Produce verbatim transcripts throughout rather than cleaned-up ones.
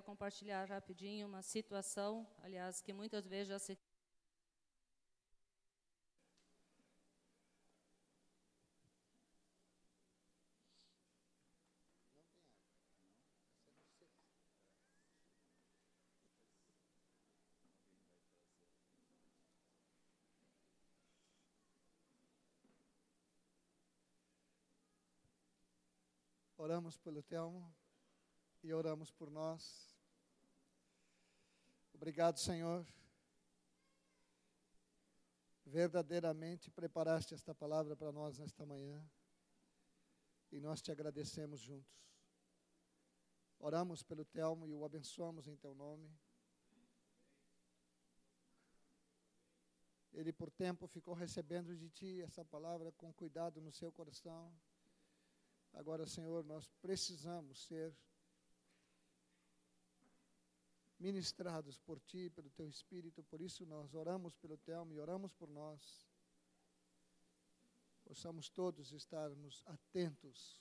compartilhar rapidinho uma situação, aliás, que muitas vezes já se... Oramos pelo Telmo e oramos por nós. Obrigado, Senhor. Verdadeiramente preparaste esta palavra para nós nesta manhã e nós te agradecemos juntos. Oramos pelo Telmo e o abençoamos em teu nome. Ele por tempo ficou recebendo de ti essa palavra com cuidado no seu coração. Agora, Senhor, nós precisamos ser ministrados por Ti, pelo Teu Espírito, por isso nós oramos pelo Telmo e oramos por nós. Possamos todos estarmos atentos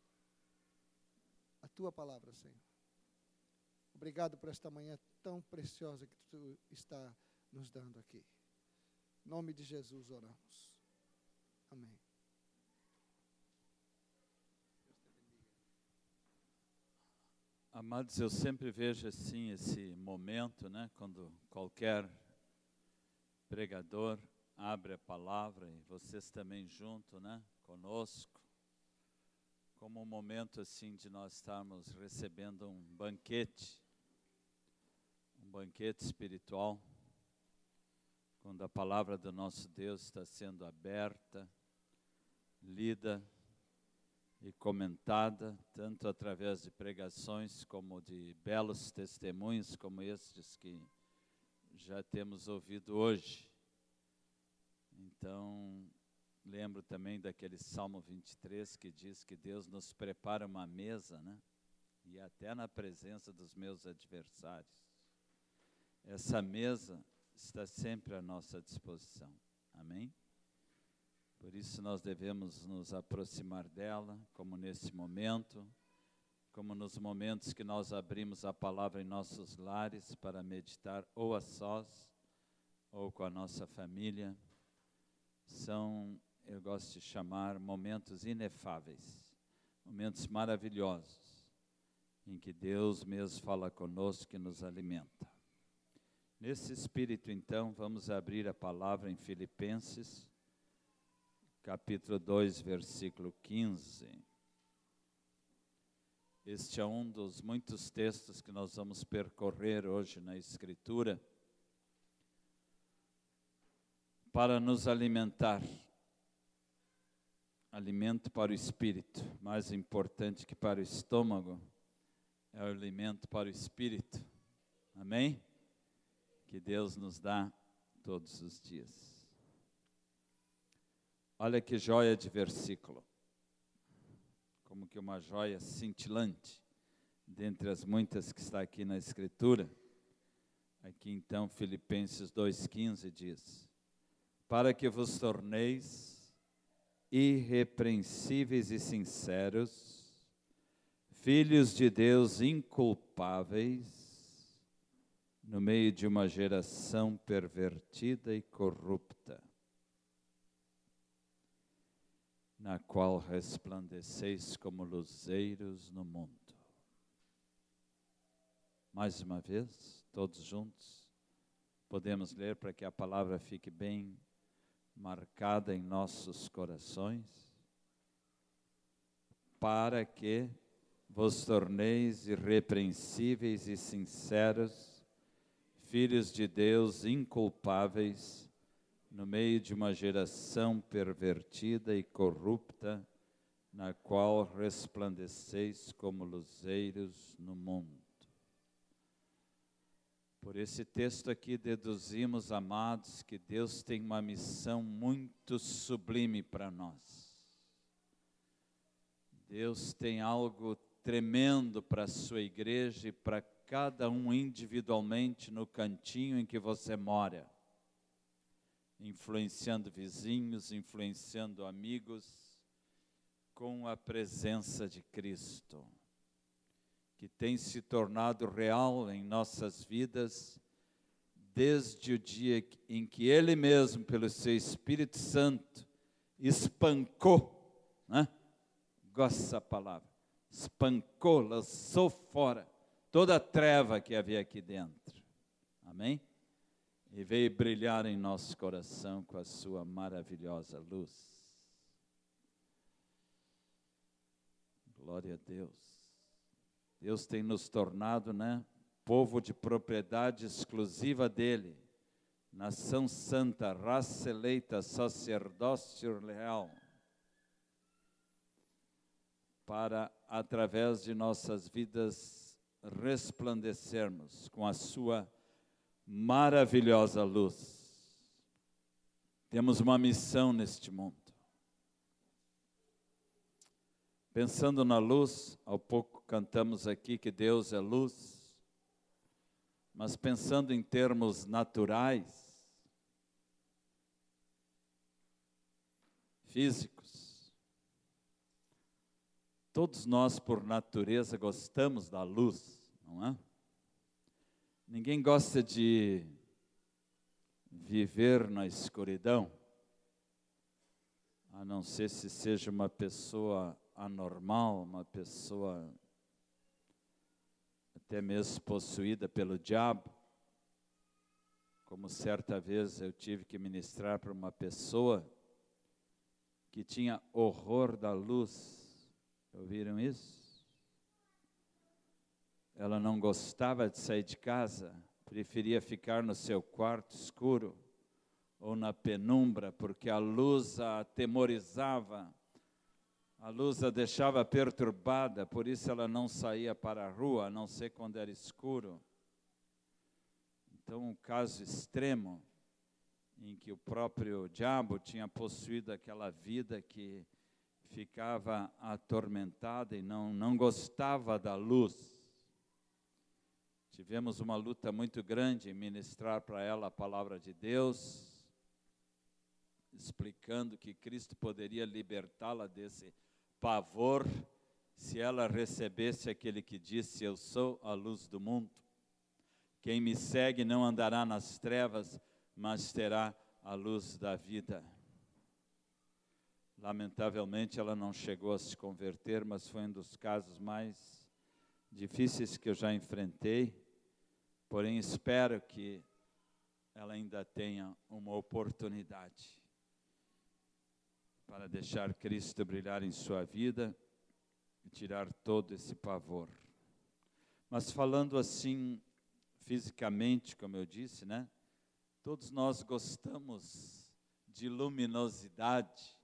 à Tua palavra, Senhor. Obrigado por esta manhã tão preciosa que Tu está nos dando aqui. Em nome de Jesus oramos. Amém. Amados, eu sempre vejo assim esse momento, né, quando qualquer pregador abre a palavra, e vocês também junto, né, conosco, como um momento assim de nós estarmos recebendo um banquete, um banquete espiritual, quando a palavra do nosso Deus está sendo aberta, lida e comentada, tanto através de pregações, como de belos testemunhos, como estes que já temos ouvido hoje. Então, lembro também daquele Salmo vinte e três, que diz que Deus nos prepara uma mesa, né? E até na presença dos meus adversários. Essa mesa está sempre à nossa disposição. Amém? Por isso nós devemos nos aproximar dela, como nesse momento, como nos momentos que nós abrimos a palavra em nossos lares para meditar ou a sós, ou com a nossa família. São, eu gosto de chamar, momentos inefáveis, momentos maravilhosos, em que Deus mesmo fala conosco e nos alimenta. Nesse espírito, então, vamos abrir a palavra em Filipenses, capítulo dois, versículo quinze. Este é um dos muitos textos que nós vamos percorrer hoje na Escritura, para nos alimentar. Alimento para o espírito, mais importante que para o estômago, é o alimento para o espírito. Amém? Que Deus nos dá todos os dias. Olha que joia de versículo, como que uma joia cintilante, dentre as muitas que está aqui na Escritura. Aqui então, Filipenses dois, quinze diz: para que vos torneis irrepreensíveis e sinceros, filhos de Deus inculpáveis, no meio de uma geração pervertida e corrupta, na qual resplandeceis como luzeiros no mundo. Mais uma vez, todos juntos, podemos ler para que a palavra fique bem marcada em nossos corações. Para que vos torneis irrepreensíveis e sinceros, filhos de Deus inculpáveis, no meio de uma geração pervertida e corrupta, na qual resplandeceis como luzeiros no mundo. Por esse texto aqui deduzimos, amados, que Deus tem uma missão muito sublime para nós. Deus tem algo tremendo para a sua igreja e para cada um individualmente no cantinho em que você mora. Influenciando vizinhos, influenciando amigos, com a presença de Cristo. que tem se tornado real em nossas vidas, desde o dia em que Ele mesmo, pelo seu Espírito Santo, espancou, né? Gosto dessa palavra, espancou, lançou fora toda a treva que havia aqui dentro, amém? E veio brilhar em nosso coração com a sua maravilhosa luz. Glória a Deus. Deus tem nos tornado, né, povo de propriedade exclusiva dele, nação santa, raça eleita, sacerdócio real, para, através de nossas vidas, resplandecermos com a sua maravilhosa luz. Temos uma missão neste mundo. Pensando na luz, há pouco cantamos aqui que Deus é luz, mas pensando em termos naturais, físicos, todos nós, por natureza, gostamos da luz, não é? Ninguém gosta de viver na escuridão, a não ser se seja uma pessoa anormal, uma pessoa até mesmo possuída pelo diabo, como certa vez eu tive que ministrar para uma pessoa que tinha horror da luz. Ouviram isso? Ela não gostava de sair de casa, preferia ficar no seu quarto escuro ou na penumbra, porque a luz a atemorizava, a luz a deixava perturbada, por isso ela não saía para a rua, a não ser quando era escuro. Então, um caso extremo, em que o próprio diabo tinha possuído aquela vida que ficava atormentada e não, não gostava da luz. Tivemos uma luta muito grande em ministrar para ela a palavra de Deus, explicando que Cristo poderia libertá-la desse pavor se ela recebesse aquele que disse: eu sou a luz do mundo. Quem me segue não andará nas trevas, mas terá a luz da vida. Lamentavelmente ela não chegou a se converter, mas foi um dos casos mais difíceis que eu já enfrentei. Porém, espero que ela ainda tenha uma oportunidade para deixar Cristo brilhar em sua vida e tirar todo esse pavor. Mas falando assim, fisicamente, como eu disse, né? Todos nós gostamos de luminosidade.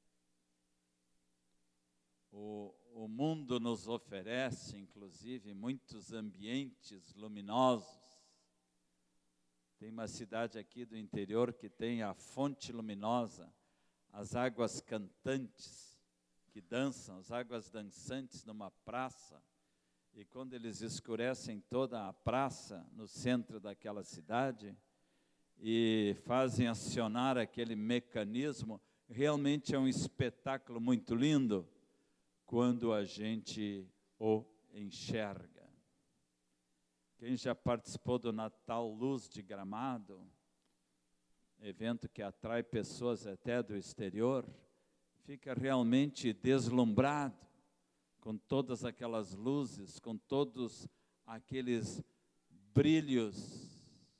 O, o mundo nos oferece, inclusive, muitos ambientes luminosos. Tem uma cidade aqui do interior que tem a fonte luminosa, as águas cantantes que dançam, as águas dançantes numa praça, e quando eles escurecem toda a praça no centro daquela cidade e fazem acionar aquele mecanismo, realmente é um espetáculo muito lindo quando a gente o enxerga. Quem já participou do Natal Luz de Gramado, evento que atrai pessoas até do exterior, fica realmente deslumbrado com todas aquelas luzes, com todos aqueles brilhos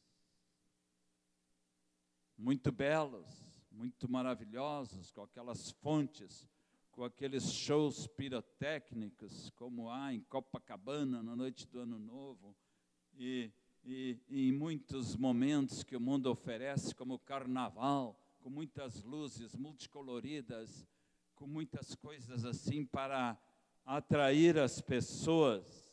muito belos, muito maravilhosos, com aquelas fontes, com aqueles shows pirotécnicos, como há em Copacabana na noite do Ano Novo, e E, e em muitos momentos que o mundo oferece, como o carnaval, com muitas luzes multicoloridas, com muitas coisas assim para atrair as pessoas.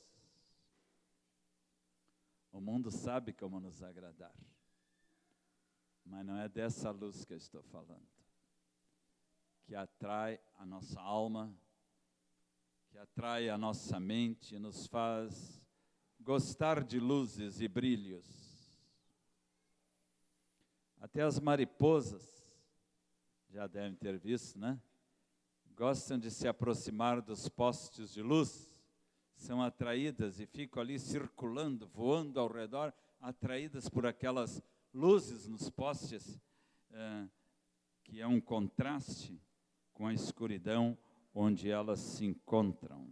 O mundo sabe como nos agradar, mas não é dessa luz que eu estou falando, que atrai a nossa alma, que atrai a nossa mente e nos faz gostar de luzes e brilhos. Até as mariposas, já devem ter visto, né? Gostam de se aproximar dos postes de luz, são atraídas e ficam ali circulando, voando ao redor, atraídas por aquelas luzes nos postes, eh, que é um contraste com a escuridão onde elas se encontram.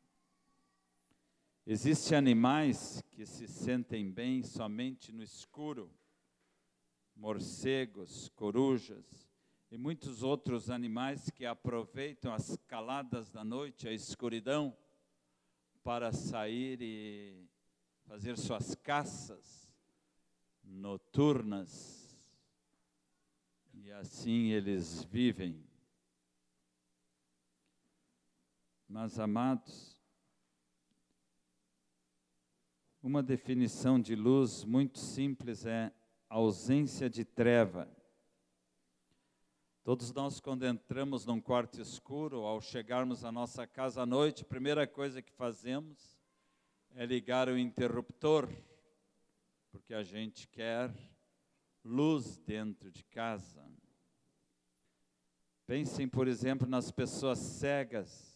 Existem animais que se sentem bem somente no escuro, morcegos, corujas e muitos outros animais que aproveitam as caladas da noite, a escuridão, para sair e fazer suas caças noturnas. E assim eles vivem. Mas, amados, uma definição de luz muito simples é ausência de treva. Todos nós, quando entramos num quarto escuro, ao chegarmos à nossa casa à noite, a primeira coisa que fazemos é ligar o interruptor, porque a gente quer luz dentro de casa. Pensem, por exemplo, nas pessoas cegas.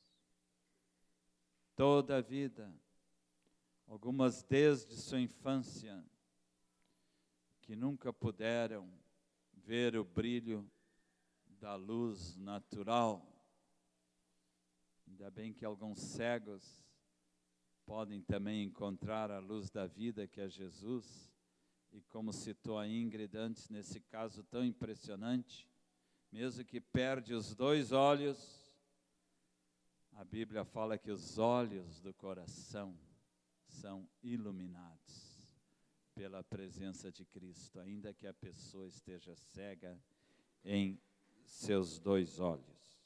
Toda a vida, algumas desde sua infância, que nunca puderam ver o brilho da luz natural. Ainda bem que alguns cegos podem também encontrar a luz da vida, que é Jesus. E como citou a Ingrid antes, nesse caso tão impressionante, mesmo que perde os dois olhos, a Bíblia fala que os olhos do coração são iluminados pela presença de Cristo, ainda que a pessoa esteja cega em seus dois olhos.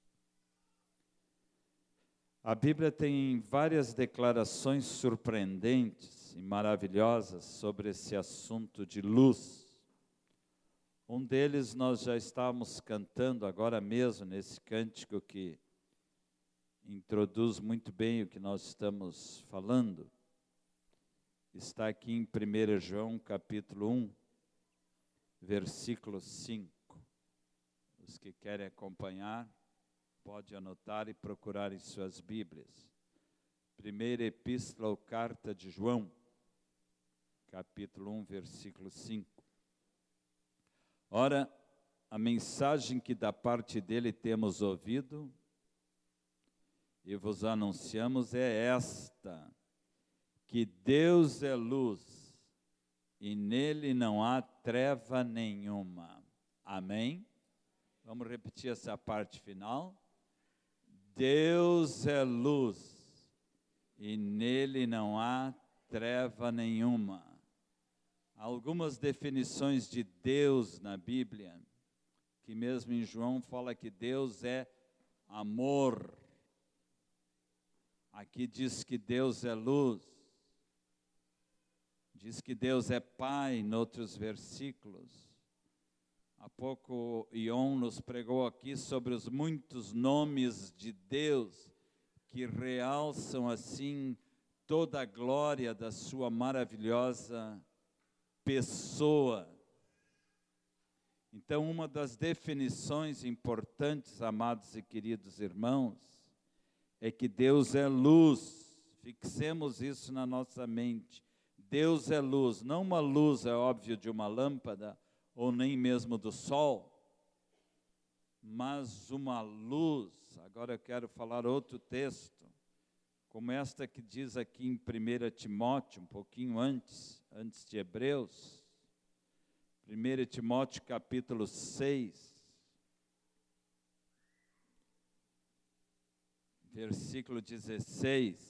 A Bíblia tem várias declarações surpreendentes e maravilhosas sobre esse assunto de luz. Um deles nós já estávamos cantando agora mesmo, nesse cântico que introduz muito bem o que nós estamos falando. Está aqui em primeiro João capítulo um, versículo cinco. Os que querem acompanhar, pode anotar e procurar em suas Bíblias. Primeira Epístola ou Carta de João, capítulo um, versículo cinco. Ora, a mensagem que da parte dele temos ouvido e vos anunciamos é esta: que Deus é luz e nele não há treva nenhuma. Amém? Vamos repetir essa parte final. Deus é luz e nele não há treva nenhuma. Há algumas definições de Deus na Bíblia, que mesmo em João fala que Deus é amor. Aqui diz que Deus é luz. Diz que Deus é Pai, em outros versículos. Há pouco Ion nos pregou aqui sobre os muitos nomes de Deus que realçam assim toda a glória da sua maravilhosa pessoa. Então, uma das definições importantes, amados e queridos irmãos, é que Deus é luz. Fixemos isso na nossa mente. Deus é luz, não uma luz, é óbvio, de uma lâmpada, ou nem mesmo do sol, mas uma luz. Agora eu quero falar outro texto, como esta que diz aqui em primeiro Timóteo, um pouquinho antes, antes de Hebreus, primeiro Timóteo capítulo seis, versículo dezesseis,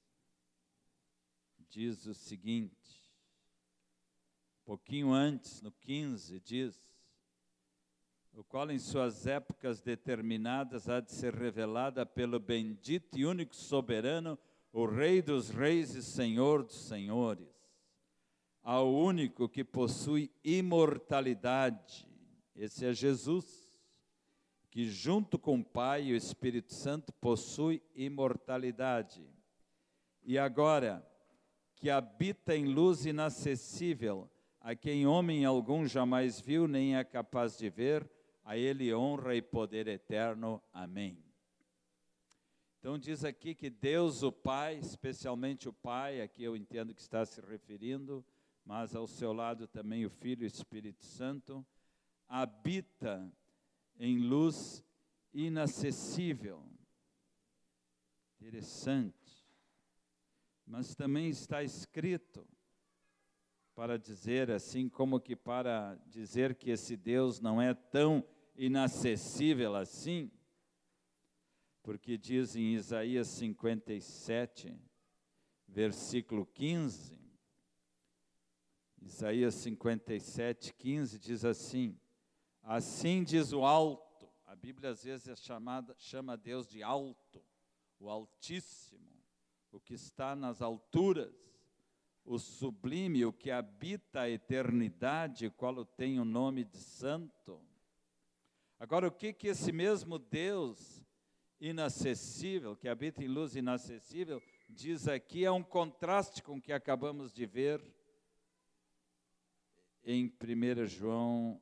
diz o seguinte, um pouquinho antes, no quinze, diz: o qual em suas épocas determinadas há de ser revelada pelo bendito e único soberano, o Rei dos reis e Senhor dos senhores, ao único que possui imortalidade, esse é Jesus, que junto com o Pai e o Espírito Santo possui imortalidade. E agora, que habita em luz inacessível, a quem homem algum jamais viu, nem é capaz de ver, a ele honra e poder eterno. Amém. Então diz aqui que Deus o Pai, especialmente o Pai, aqui eu entendo que está se referindo, mas ao seu lado também o Filho e o Espírito Santo, habita em luz inacessível. Interessante. Mas também está escrito para dizer assim, como que para dizer que esse Deus não é tão inacessível assim, porque diz em Isaías cinquenta e sete, versículo quinze, Isaías cinquenta e sete, quinze diz assim: assim diz o alto, a Bíblia às vezes é chamada, chama Deus de alto, o Altíssimo, o que está nas alturas, o sublime, o que habita a eternidade, o qual tem o nome de santo. Agora, o que que esse mesmo Deus inacessível, que habita em luz inacessível, diz aqui, é um contraste com o que acabamos de ver em primeiro João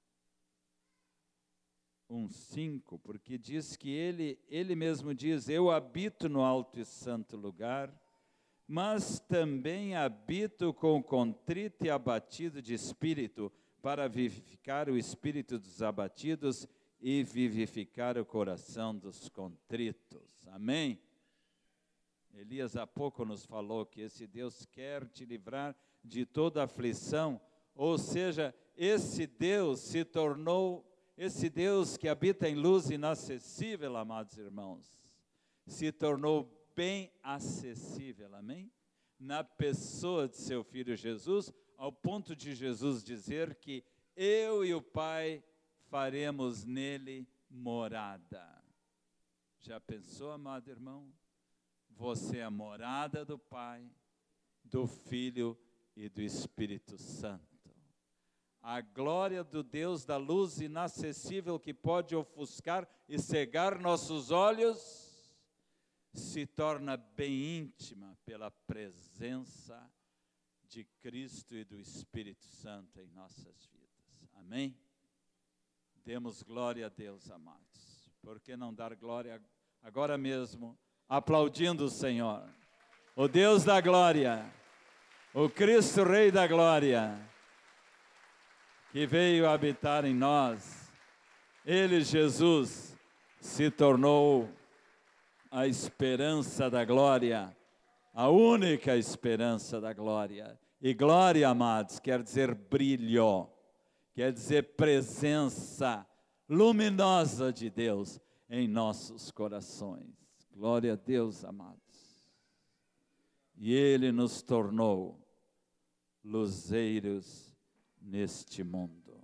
um, cinco, porque diz que ele, ele mesmo diz, eu habito no alto e santo lugar, mas também habito com o contrito e abatido de espírito, para vivificar o espírito dos abatidos e vivificar o coração dos contritos. Amém? Elias há pouco nos falou que esse Deus quer te livrar de toda aflição, ou seja, esse Deus se tornou, esse Deus que habita em luz inacessível, amados irmãos, se tornou bem acessível, amém? Na pessoa de seu Filho Jesus, ao ponto de Jesus dizer que eu e o Pai faremos nele morada. Já pensou, amado irmão? Você é a morada do Pai, do Filho e do Espírito Santo. A glória do Deus da luz inacessível que pode ofuscar e cegar nossos olhos, se torna bem íntima pela presença de Cristo e do Espírito Santo em nossas vidas. Amém? Demos glória a Deus, amados. Por que não dar glória agora mesmo, aplaudindo o Senhor? O Deus da glória, o Cristo Rei da glória, que veio habitar em nós. Ele, Jesus, se tornou a esperança da glória, a única esperança da glória. E glória, amados, quer dizer brilho, quer dizer presença luminosa de Deus em nossos corações. Glória a Deus, amados. E Ele nos tornou luzeiros neste mundo.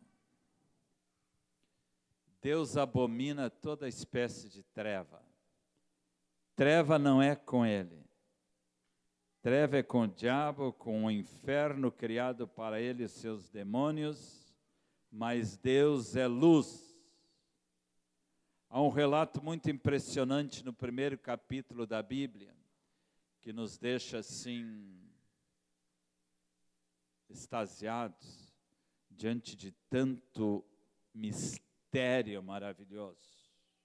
Deus abomina toda espécie de treva. Treva não é com Ele. Treva é com o diabo, com o inferno criado para ele e seus demônios, mas Deus é luz. Há um relato muito impressionante no primeiro capítulo da Bíblia, que nos deixa assim, extasiados, diante de tanto mistério maravilhoso.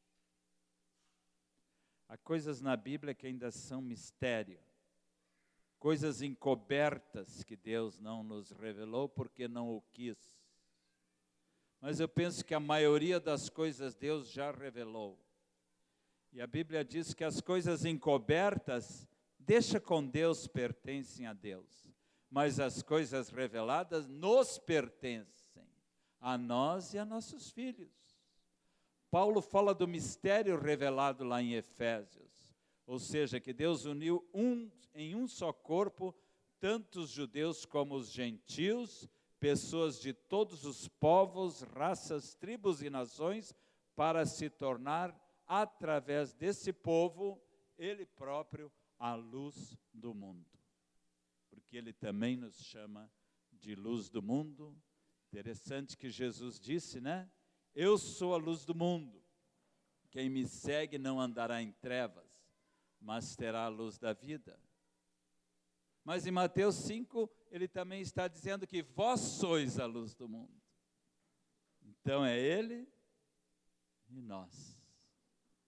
Há coisas na Bíblia que ainda são mistério, coisas encobertas que Deus não nos revelou porque não o quis. Mas eu penso que a maioria das coisas Deus já revelou. E a Bíblia diz que as coisas encobertas, deixa com Deus, pertencem a Deus. Mas as coisas reveladas nos pertencem, a nós e a nossos filhos. Paulo fala do mistério revelado lá em Efésios, ou seja, que Deus uniu um, em um só corpo, tanto os judeus como os gentios, pessoas de todos os povos, raças, tribos e nações, para se tornar, através desse povo, Ele próprio, a luz do mundo. Porque Ele também nos chama de luz do mundo. Interessante que Jesus disse, né? Eu sou a luz do mundo. Quem me segue não andará em trevas, mas terá a luz da vida. Mas em Mateus cinco, ele também está dizendo que vós sois a luz do mundo. Então é Ele e nós.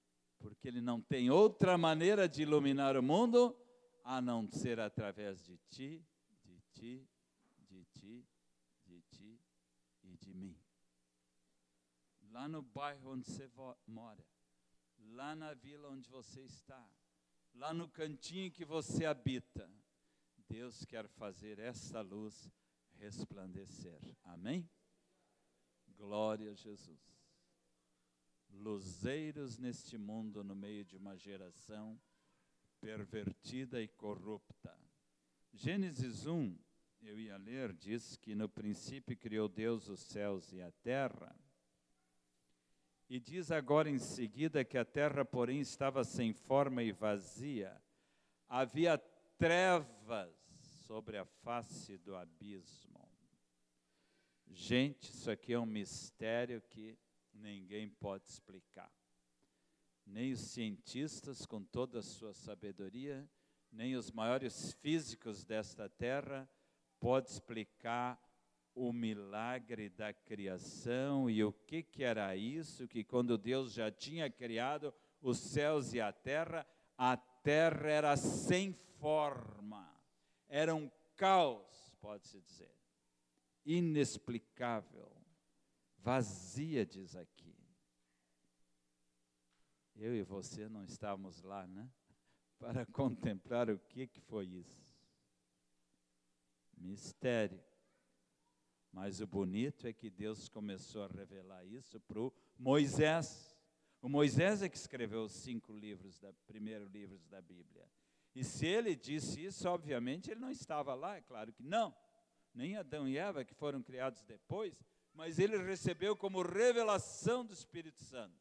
porque Ele não tem outra maneira de iluminar o mundo a não ser através de ti, de ti, de ti, de ti e de mim. Lá no bairro onde você mora, lá na vila onde você está, lá no cantinho que você habita, Deus quer fazer essa luz resplandecer. Amém? Glória a Jesus. Luzeiros neste mundo, no meio de uma geração pervertida e corrupta. Gênesis um, eu ia ler, diz que no princípio criou Deus os céus e a terra. E diz agora em seguida que a terra, porém, estava sem forma e vazia. Havia trevas sobre a face do abismo. Gente, isso aqui é um mistério que ninguém pode explicar. Nem os cientistas, com toda a sua sabedoria, nem os maiores físicos desta terra podem explicar o milagre da criação e o que, que era isso, que quando Deus já tinha criado os céus e a terra, a terra era sem forma, era um caos, pode-se dizer, inexplicável, vazia, diz aqui. Eu e você não estávamos lá, né? Para contemplar o que, que foi isso. Mistério. Mas o bonito é que Deus começou a revelar isso para o Moisés. O Moisés é que escreveu os cinco livros, da, primeiros livros da Bíblia. E se ele disse isso, obviamente ele não estava lá, é claro que não. Nem Adão e Eva, que foram criados depois, mas ele recebeu como revelação do Espírito Santo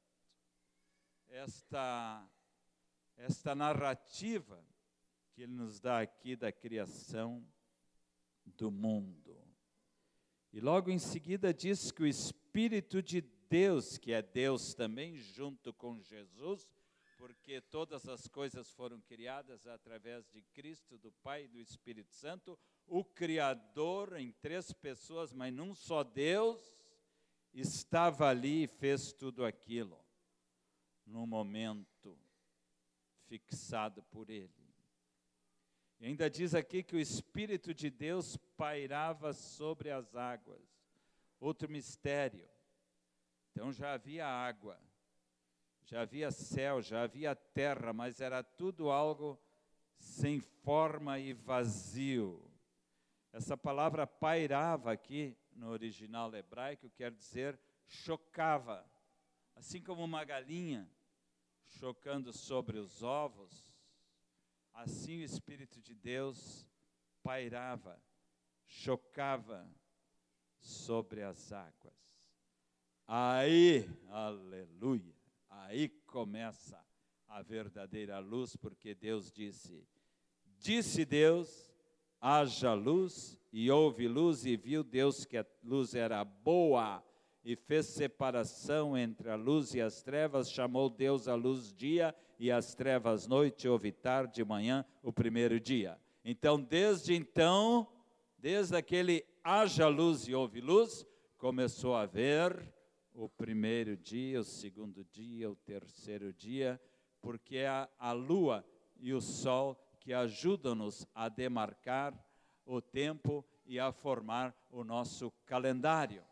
esta, esta narrativa que ele nos dá aqui da criação do mundo. E logo em seguida diz que o Espírito de Deus, que é Deus também, junto com Jesus, porque todas as coisas foram criadas através de Cristo, do Pai e do Espírito Santo, o Criador em três pessoas, mas num só Deus, estava ali e fez tudo aquilo, no momento fixado por Ele. E ainda diz aqui que o Espírito de Deus pairava sobre as águas. Outro mistério. Então já havia água, já havia céu, já havia terra, mas era tudo algo sem forma e vazio. Essa palavra pairava aqui, no original hebraico, quer dizer chocava. Assim como uma galinha chocando sobre os ovos, assim o Espírito de Deus pairava, chocava sobre as águas. Aí, aleluia, aí começa a verdadeira luz, porque Deus disse, disse Deus, haja luz, e houve luz, e viu Deus que a luz era boa, e fez separação entre a luz e as trevas, chamou Deus a luz dia, e as trevas noite, houve tarde e manhã, o primeiro dia. Então, desde então, desde aquele haja luz e houve luz, começou a haver o primeiro dia, o segundo dia, o terceiro dia, porque é a, a lua e o sol que ajudam-nos a demarcar o tempo e a formar o nosso calendário.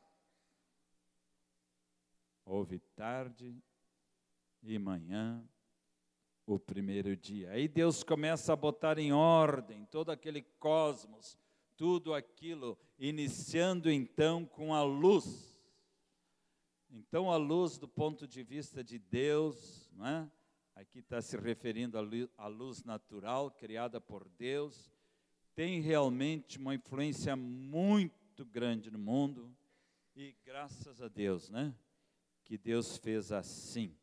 Houve tarde e manhã, o primeiro dia. Aí Deus começa a botar em ordem todo aquele cosmos, tudo aquilo, iniciando então com a luz. Então a luz do ponto de vista de Deus, não é? Aqui está se referindo à luz natural criada por Deus, tem realmente uma influência muito grande no mundo e graças a Deus, né? Que Deus fez assim.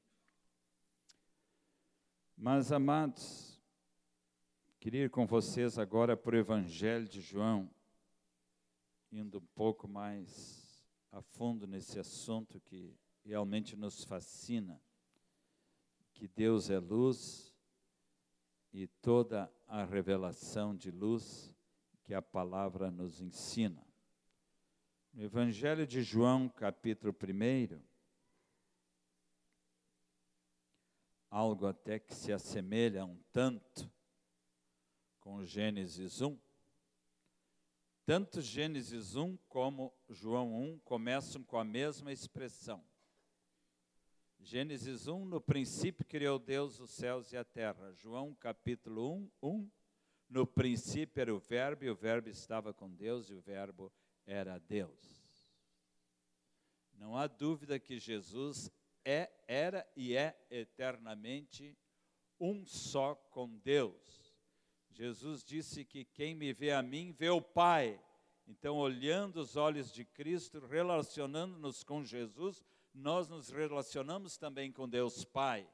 Mas, amados, queria ir com vocês agora para o Evangelho de João, indo um pouco mais a fundo nesse assunto que realmente nos fascina, que Deus é luz e toda a revelação de luz que a palavra nos ensina. No Evangelho de João, capítulo primeiro, algo até que se assemelha um tanto com Gênesis um. Tanto Gênesis um como João um começam com a mesma expressão. Gênesis um, no princípio criou Deus os céus e a terra. João capítulo um, um, no princípio era o verbo, e o verbo estava com Deus, e o verbo era Deus. Não há dúvida que Jesus é, era e é eternamente um só com Deus. Jesus disse que quem me vê a mim, vê o Pai. Então, olhando os olhos de Cristo, relacionando-nos com Jesus, nós nos relacionamos também com Deus Pai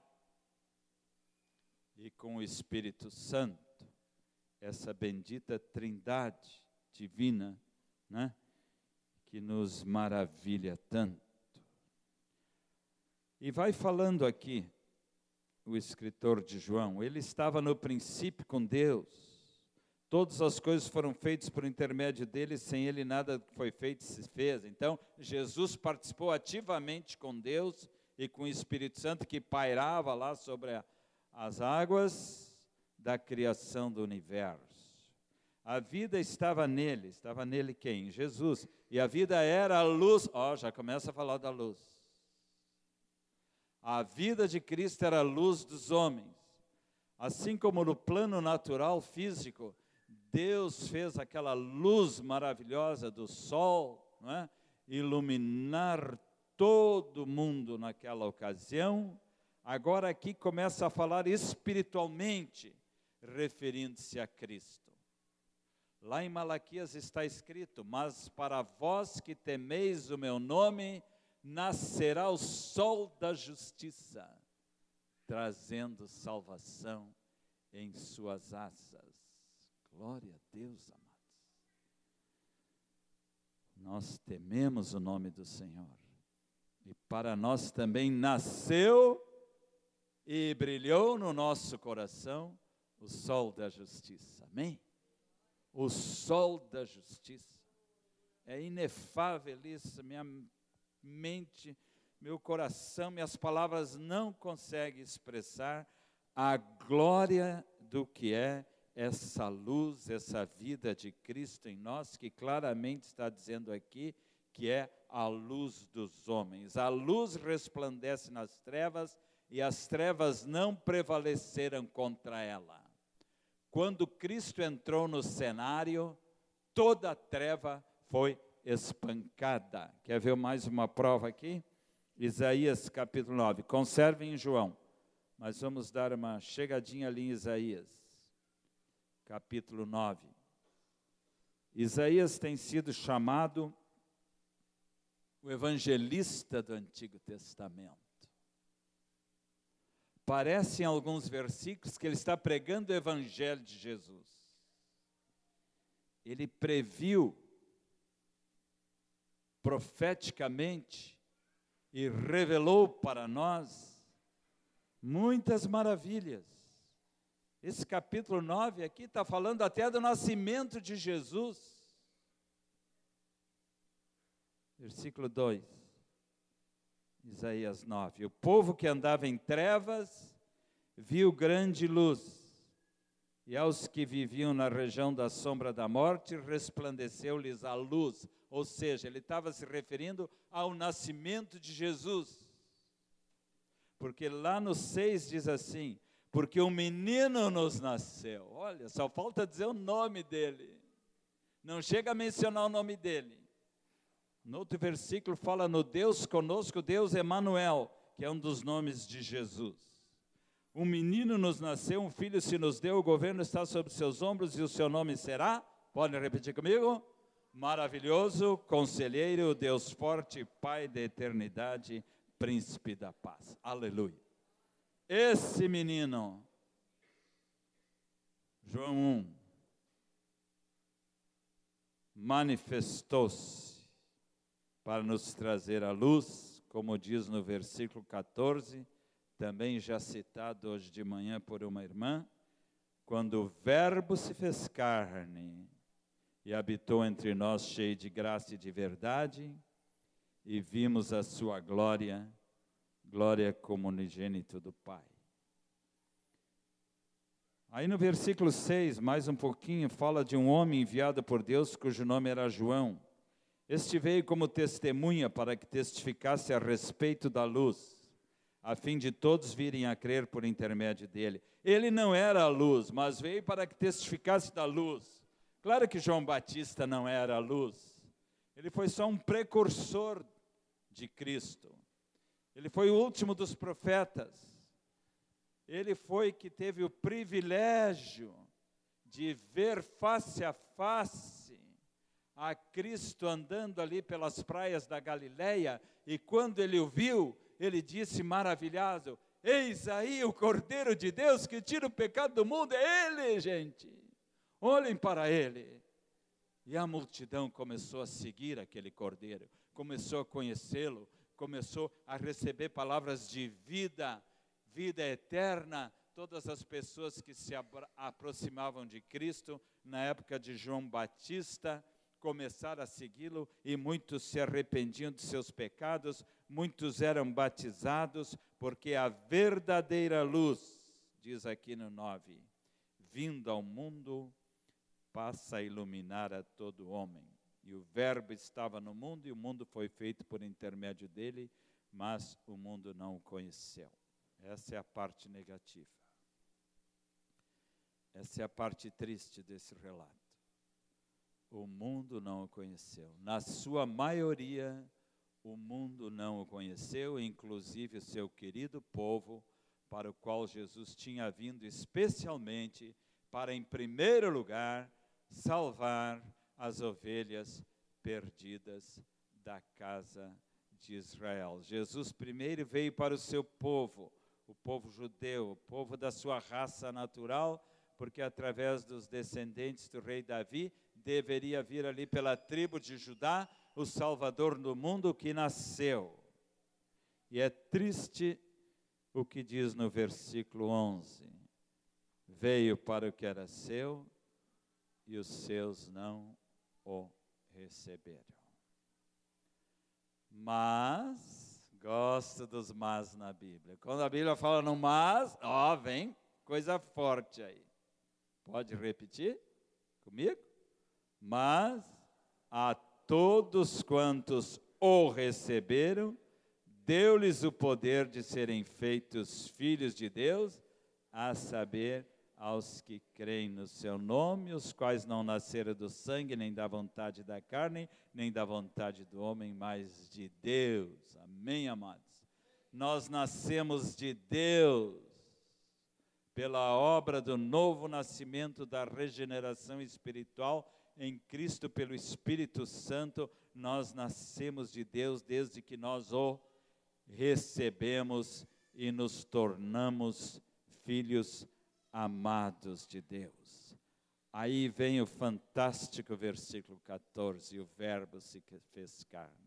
e com o Espírito Santo, essa bendita trindade divina, né, que nos maravilha tanto. E vai falando aqui o escritor de João, ele estava no princípio com Deus, todas as coisas foram feitas por intermédio dele, sem ele nada foi feito se fez. Então, Jesus participou ativamente com Deus e com o Espírito Santo que pairava lá sobre a, as águas da criação do universo. A vida estava nele, estava nele quem? Jesus. E a vida era a luz, ó, oh, já começa a falar da luz. A vida de Cristo era a luz dos homens. Assim como no plano natural, físico, Deus fez aquela luz maravilhosa do sol, não é? Iluminar todo mundo naquela ocasião. Agora aqui começa a falar espiritualmente, referindo-se a Cristo. Lá em Malaquias está escrito: mas para vós que temeis o meu nome, nascerá o sol da justiça, trazendo salvação em suas asas. Glória a Deus, amados. Nós tememos o nome do Senhor. E para nós também nasceu e brilhou no nosso coração o sol da justiça. Amém? O sol da justiça. É inefável isso, minha mente, meu coração, minhas palavras não conseguem expressar a glória do que é essa luz, essa vida de Cristo em nós, que claramente está dizendo aqui que é a luz dos homens. A luz resplandece nas trevas e as trevas não prevaleceram contra ela. Quando Cristo entrou no cenário, toda a treva foi espancada. Quer ver mais uma prova aqui? Isaías capítulo nove. Conservem em João, mas vamos dar uma chegadinha ali em Isaías, capítulo nove. Isaías tem sido chamado o evangelista do Antigo Testamento. Parece em alguns versículos que ele está pregando o evangelho de Jesus. Ele previu profeticamente e revelou para nós muitas maravilhas. Esse capítulo nove aqui está falando até do nascimento de Jesus. Versículo dois, Isaías nove. O povo que andava em trevas viu grande luz, e aos que viviam na região da sombra da morte resplandeceu-lhes a luz. Ou seja, ele estava se referindo ao nascimento de Jesus. Porque lá no seis diz assim: porque um menino nos nasceu. Olha, só falta dizer o nome dele. Não chega a mencionar o nome dele. No outro versículo fala no Deus conosco, Deus Emanuel, que é um dos nomes de Jesus. Um menino nos nasceu, um filho se nos deu, o governo está sobre seus ombros e o seu nome será, podem repetir comigo? Maravilhoso, Conselheiro, Deus forte, Pai da eternidade, Príncipe da paz. Aleluia. Esse menino, João um, manifestou-se para nos trazer a luz, como diz no versículo catorze, também já citado hoje de manhã por uma irmã, quando o Verbo se fez carne e habitou entre nós cheio de graça e de verdade, e vimos a sua glória, glória como unigênito do Pai. Aí no versículo seis, mais um pouquinho, fala de um homem enviado por Deus, cujo nome era João. Este veio como testemunha para que testificasse a respeito da luz, a fim de todos virem a crer por intermédio dele. Ele não era a luz, mas veio para que testificasse da luz. Claro que João Batista não era a luz. Ele foi só um precursor de Cristo. Ele foi o último dos profetas. Ele foi que teve o privilégio de ver face a face a Cristo andando ali pelas praias da Galileia, e quando ele o viu, ele disse maravilhado: eis aí o Cordeiro de Deus que tira o pecado do mundo. É ele, gente, olhem para ele. E a multidão começou a seguir aquele Cordeiro, começou a conhecê-lo, começou a receber palavras de vida, vida eterna. Todas as pessoas que se aproximavam de Cristo na época de João Batista começaram a segui-lo, e muitos se arrependiam de seus pecados, muitos eram batizados, porque a verdadeira luz, diz aqui no nove, vindo ao mundo, passa a iluminar a todo homem. E o verbo estava no mundo, e o mundo foi feito por intermédio dele, mas o mundo não o conheceu. Essa é a parte negativa. Essa é a parte triste desse relato. O mundo não o conheceu. Na sua maioria, o mundo não o conheceu, inclusive o seu querido povo, para o qual Jesus tinha vindo especialmente para, em primeiro lugar, salvar as ovelhas perdidas da casa de Israel. Jesus primeiro veio para o seu povo, o povo judeu, o povo da sua raça natural, porque através dos descendentes do rei Davi, deveria vir ali pela tribo de Judá, o Salvador do mundo que nasceu. E é triste o que diz no versículo onze. Veio para o que era seu, e os seus não o receberam. Mas, gosto dos mas na Bíblia. Quando a Bíblia fala no mas, ó, vem coisa forte aí. Pode repetir comigo? Mas a todos quantos o receberam, deu-lhes o poder de serem feitos filhos de Deus, a saber, aos que creem no seu nome, os quais não nasceram do sangue, nem da vontade da carne, nem da vontade do homem, mas de Deus. Amém, amados? Nós nascemos de Deus, pela obra do novo nascimento, da regeneração espiritual em Cristo, pelo Espírito Santo. Nós nascemos de Deus desde que nós o recebemos e nos tornamos filhos amados de Deus. Aí vem o fantástico versículo catorze, o verbo se fez carne.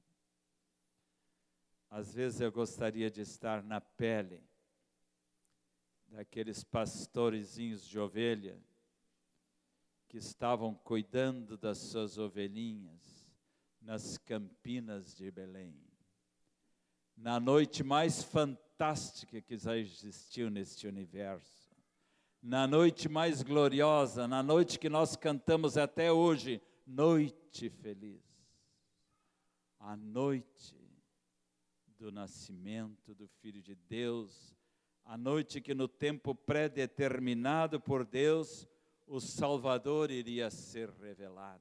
Às vezes eu gostaria de estar na pele daqueles pastorezinhos de ovelha que estavam cuidando das suas ovelhinhas nas campinas de Belém, na noite mais fantástica que já existiu neste universo, na noite mais gloriosa, na noite que nós cantamos até hoje, noite feliz, a noite do nascimento do Filho de Deus, a noite que no tempo pré-determinado por Deus, o Salvador iria ser revelado.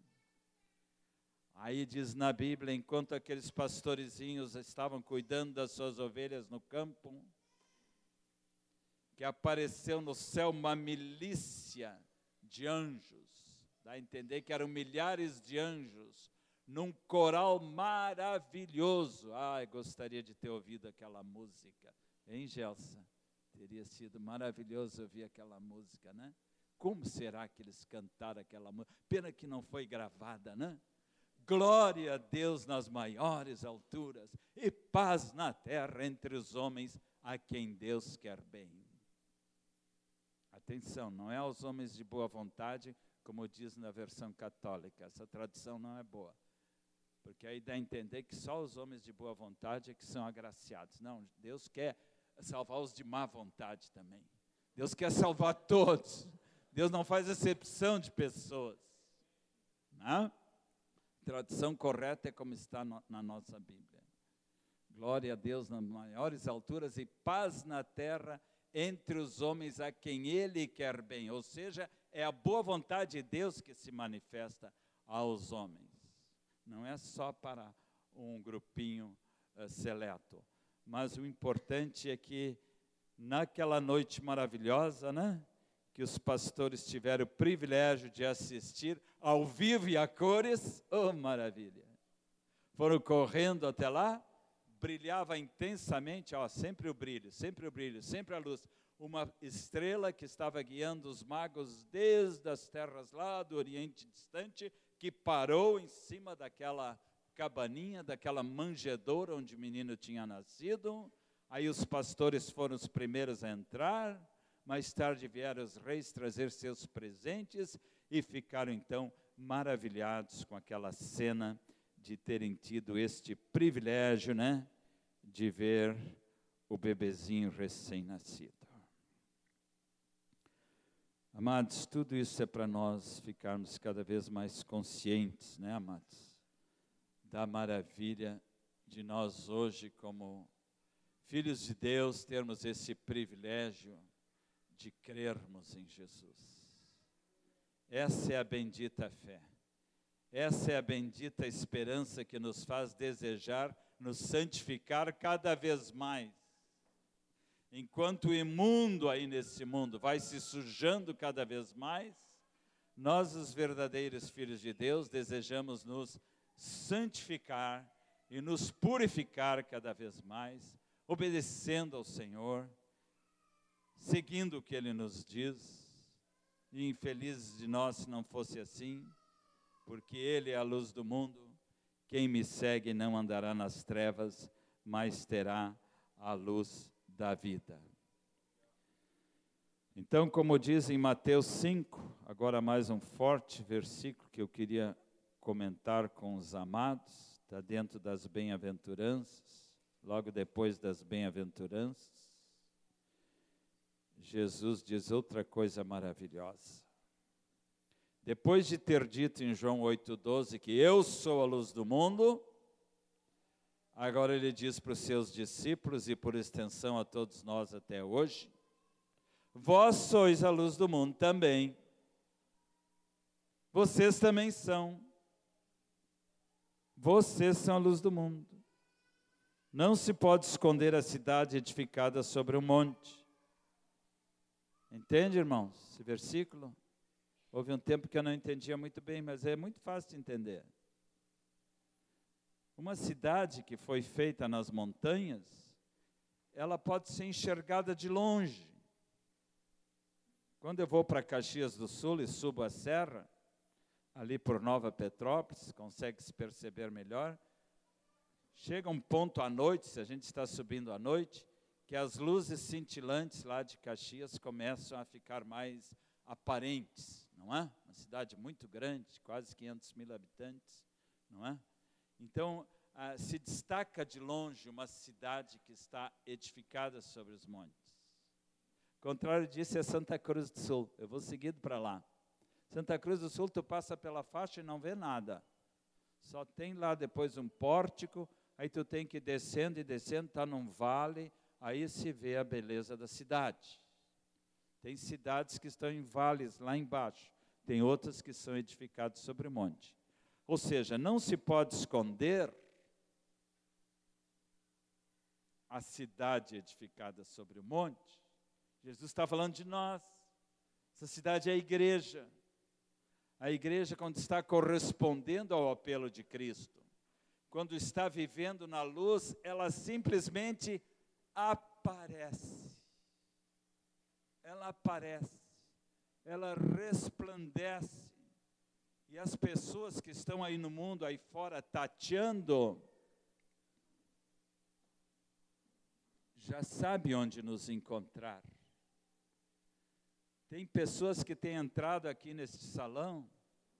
Aí diz na Bíblia, enquanto aqueles pastorezinhos estavam cuidando das suas ovelhas no campo, que apareceu no céu uma milícia de anjos, dá a entender que eram milhares de anjos, num coral maravilhoso. Ai, gostaria de ter ouvido aquela música, hein, Gelsa? Teria sido maravilhoso ouvir aquela música, né? Como será que eles cantaram aquela música? Pena que não foi gravada, né? Glória a Deus nas maiores alturas e paz na terra entre os homens a quem Deus quer bem. Atenção, não é aos homens de boa vontade, como diz na versão católica. Essa tradução não é boa, porque aí dá a entender que só os homens de boa vontade é que são agraciados. Não, Deus quer salvar os de má vontade também. Deus quer salvar todos. Deus não faz acepção de pessoas. Não? Tradução correta é como está no, na nossa Bíblia. Glória a Deus nas maiores alturas e paz na terra entre os homens a quem Ele quer bem. Ou seja, é a boa vontade de Deus que se manifesta aos homens. Não é só para um grupinho uh, seleto. Mas o importante é que naquela noite maravilhosa, né, que os pastores tiveram o privilégio de assistir ao vivo e a cores, oh maravilha! Foram correndo até lá, brilhava intensamente, ó, sempre o brilho, sempre o brilho, sempre a luz. Uma estrela que estava guiando os magos desde as terras lá do Oriente distante, que parou em cima daquela cabaninha, daquela manjedoura onde o menino tinha nascido. Aí os pastores foram os primeiros a entrar, mais tarde vieram os reis trazer seus presentes e ficaram então maravilhados com aquela cena de terem tido este privilégio, né, de ver o bebezinho recém-nascido. Amados, tudo isso é para nós ficarmos cada vez mais conscientes, né, amados, da maravilha de nós hoje, como filhos de Deus, termos esse privilégio de crermos em Jesus. Essa é a bendita fé. Essa é a bendita esperança que nos faz desejar nos santificar cada vez mais. Enquanto o imundo aí nesse mundo vai se sujando cada vez mais, nós, os verdadeiros filhos de Deus, desejamos nos santificar e nos purificar cada vez mais, obedecendo ao Senhor, seguindo o que Ele nos diz. E infelizes de nós se não fosse assim, porque Ele é a luz do mundo. Quem me segue não andará nas trevas, mas terá a luz da vida. Então, como diz em Mateus cinco, agora mais um forte versículo que eu queria comentar com os amados, está dentro das bem-aventuranças, logo depois das bem-aventuranças, Jesus diz outra coisa maravilhosa. Depois de ter dito em João oito, doze que eu sou a luz do mundo, agora ele diz para os seus discípulos e por extensão a todos nós até hoje, vós sois a luz do mundo também. Vocês também são. Vocês são a luz do mundo. Não se pode esconder a cidade edificada sobre um monte. Entende, irmãos, esse versículo? Houve um tempo que eu não entendia muito bem, mas é muito fácil de entender. Uma cidade que foi feita nas montanhas, ela pode ser enxergada de longe. Quando eu vou para Caxias do Sul e subo a serra, ali por Nova Petrópolis, consegue se perceber melhor, chega um ponto à noite, se a gente está subindo à noite, que as luzes cintilantes lá de Caxias começam a ficar mais aparentes, não é? Uma cidade muito grande, quase quinhentos mil habitantes, não é? Então, ah, se destaca de longe uma cidade que está edificada sobre os montes. O contrário disso é Santa Cruz do Sul. Eu vou seguido para lá. Santa Cruz do Sul, tu passa pela faixa e não vê nada. Só tem lá depois um pórtico, aí tu tem que ir descendo e descendo, está num vale, aí se vê a beleza da cidade. Tem cidades que estão em vales lá embaixo, tem outras que são edificadas sobre o monte. Ou seja, não se pode esconder a cidade edificada sobre o monte. Jesus está falando de nós. Essa cidade é a igreja. A igreja, quando está correspondendo ao apelo de Cristo, quando está vivendo na luz, ela simplesmente aparece. Ela aparece. Ela resplandece. E as pessoas que estão aí no mundo, aí fora, tateando, já sabem onde nos encontrar. Tem pessoas que têm entrado aqui neste salão,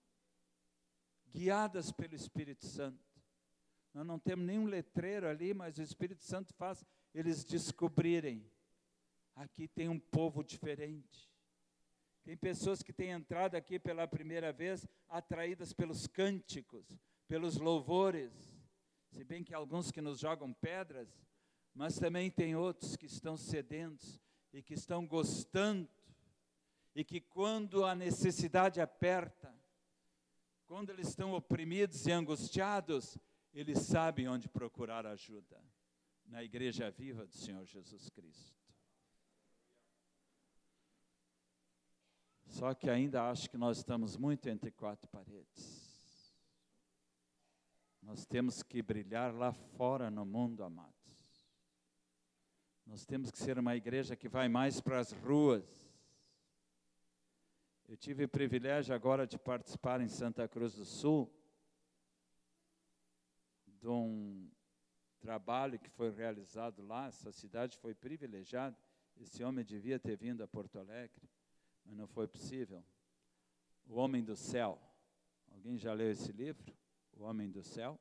guiadas pelo Espírito Santo. Nós não temos nenhum letreiro ali, mas o Espírito Santo faz eles descobrirem. aqui tem um povo diferente. Tem pessoas que têm entrado aqui pela primeira vez, atraídas pelos cânticos, pelos louvores. Se bem que alguns que nos jogam pedras, mas também tem outros que estão sedentos e que estão gostando. E que quando a necessidade aperta, quando eles estão oprimidos e angustiados, eles sabem onde procurar ajuda. Na Igreja Viva do Senhor Jesus Cristo. Só que ainda acho que nós estamos muito entre quatro paredes. Nós temos que brilhar lá fora no mundo, amados. Nós temos que ser uma igreja que vai mais para as ruas. Eu tive o privilégio agora de participar em Santa Cruz do Sul de um trabalho que foi realizado lá. Essa cidade foi privilegiada. Esse homem devia ter vindo a Porto Alegre, mas não foi possível. O Homem do Céu. Alguém já leu esse livro? O Homem do Céu?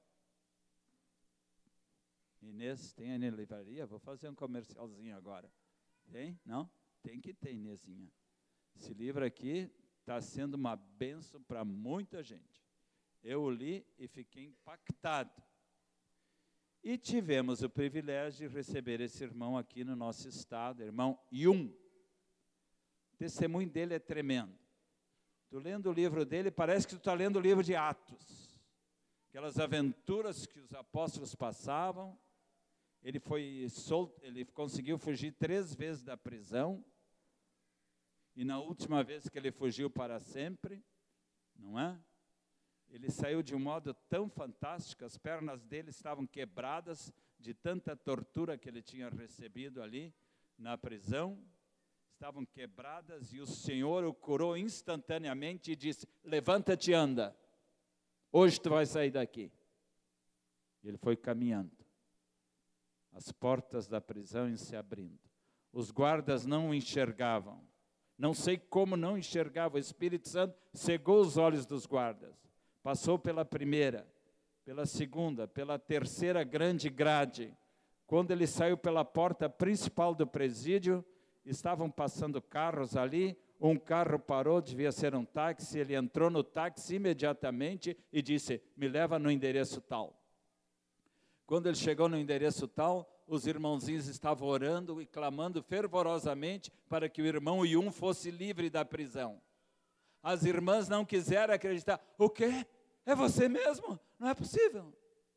Inês, tem aí na livraria? Vou fazer um comercialzinho agora. Tem? Não? Tem que ter, Inezinha. Esse livro aqui está sendo uma bênção para muita gente. Eu o li e fiquei impactado. E tivemos o privilégio de receber esse irmão aqui no nosso estado, irmão Yun. O testemunho dele é tremendo. Tu lendo o livro dele, parece que tu está lendo o livro de Atos. Aquelas aventuras que os apóstolos passavam. Ele foi solto, ele conseguiu fugir três vezes da prisão. E na última vez que ele fugiu para sempre, não é? Ele saiu de um modo tão fantástico, as pernas dele estavam quebradas de tanta tortura que ele tinha recebido ali na prisão. Estavam quebradas e o Senhor o curou instantaneamente e disse: levanta-te e anda, hoje tu vai sair daqui. E ele foi caminhando, as portas da prisão iam se abrindo, os guardas não o enxergavam, não sei como não enxergavam, o Espírito Santo cegou os olhos dos guardas, passou pela primeira, pela segunda, pela terceira grande grade. Quando ele saiu pela porta principal do presídio, estavam passando carros ali, um carro parou, devia ser um táxi, ele entrou no táxi imediatamente e disse: me leva no endereço tal. Quando ele chegou no endereço tal, os irmãozinhos estavam orando e clamando fervorosamente para que o irmão Yun fosse livre da prisão. As irmãs não quiseram acreditar. O quê? É você mesmo? Não é possível.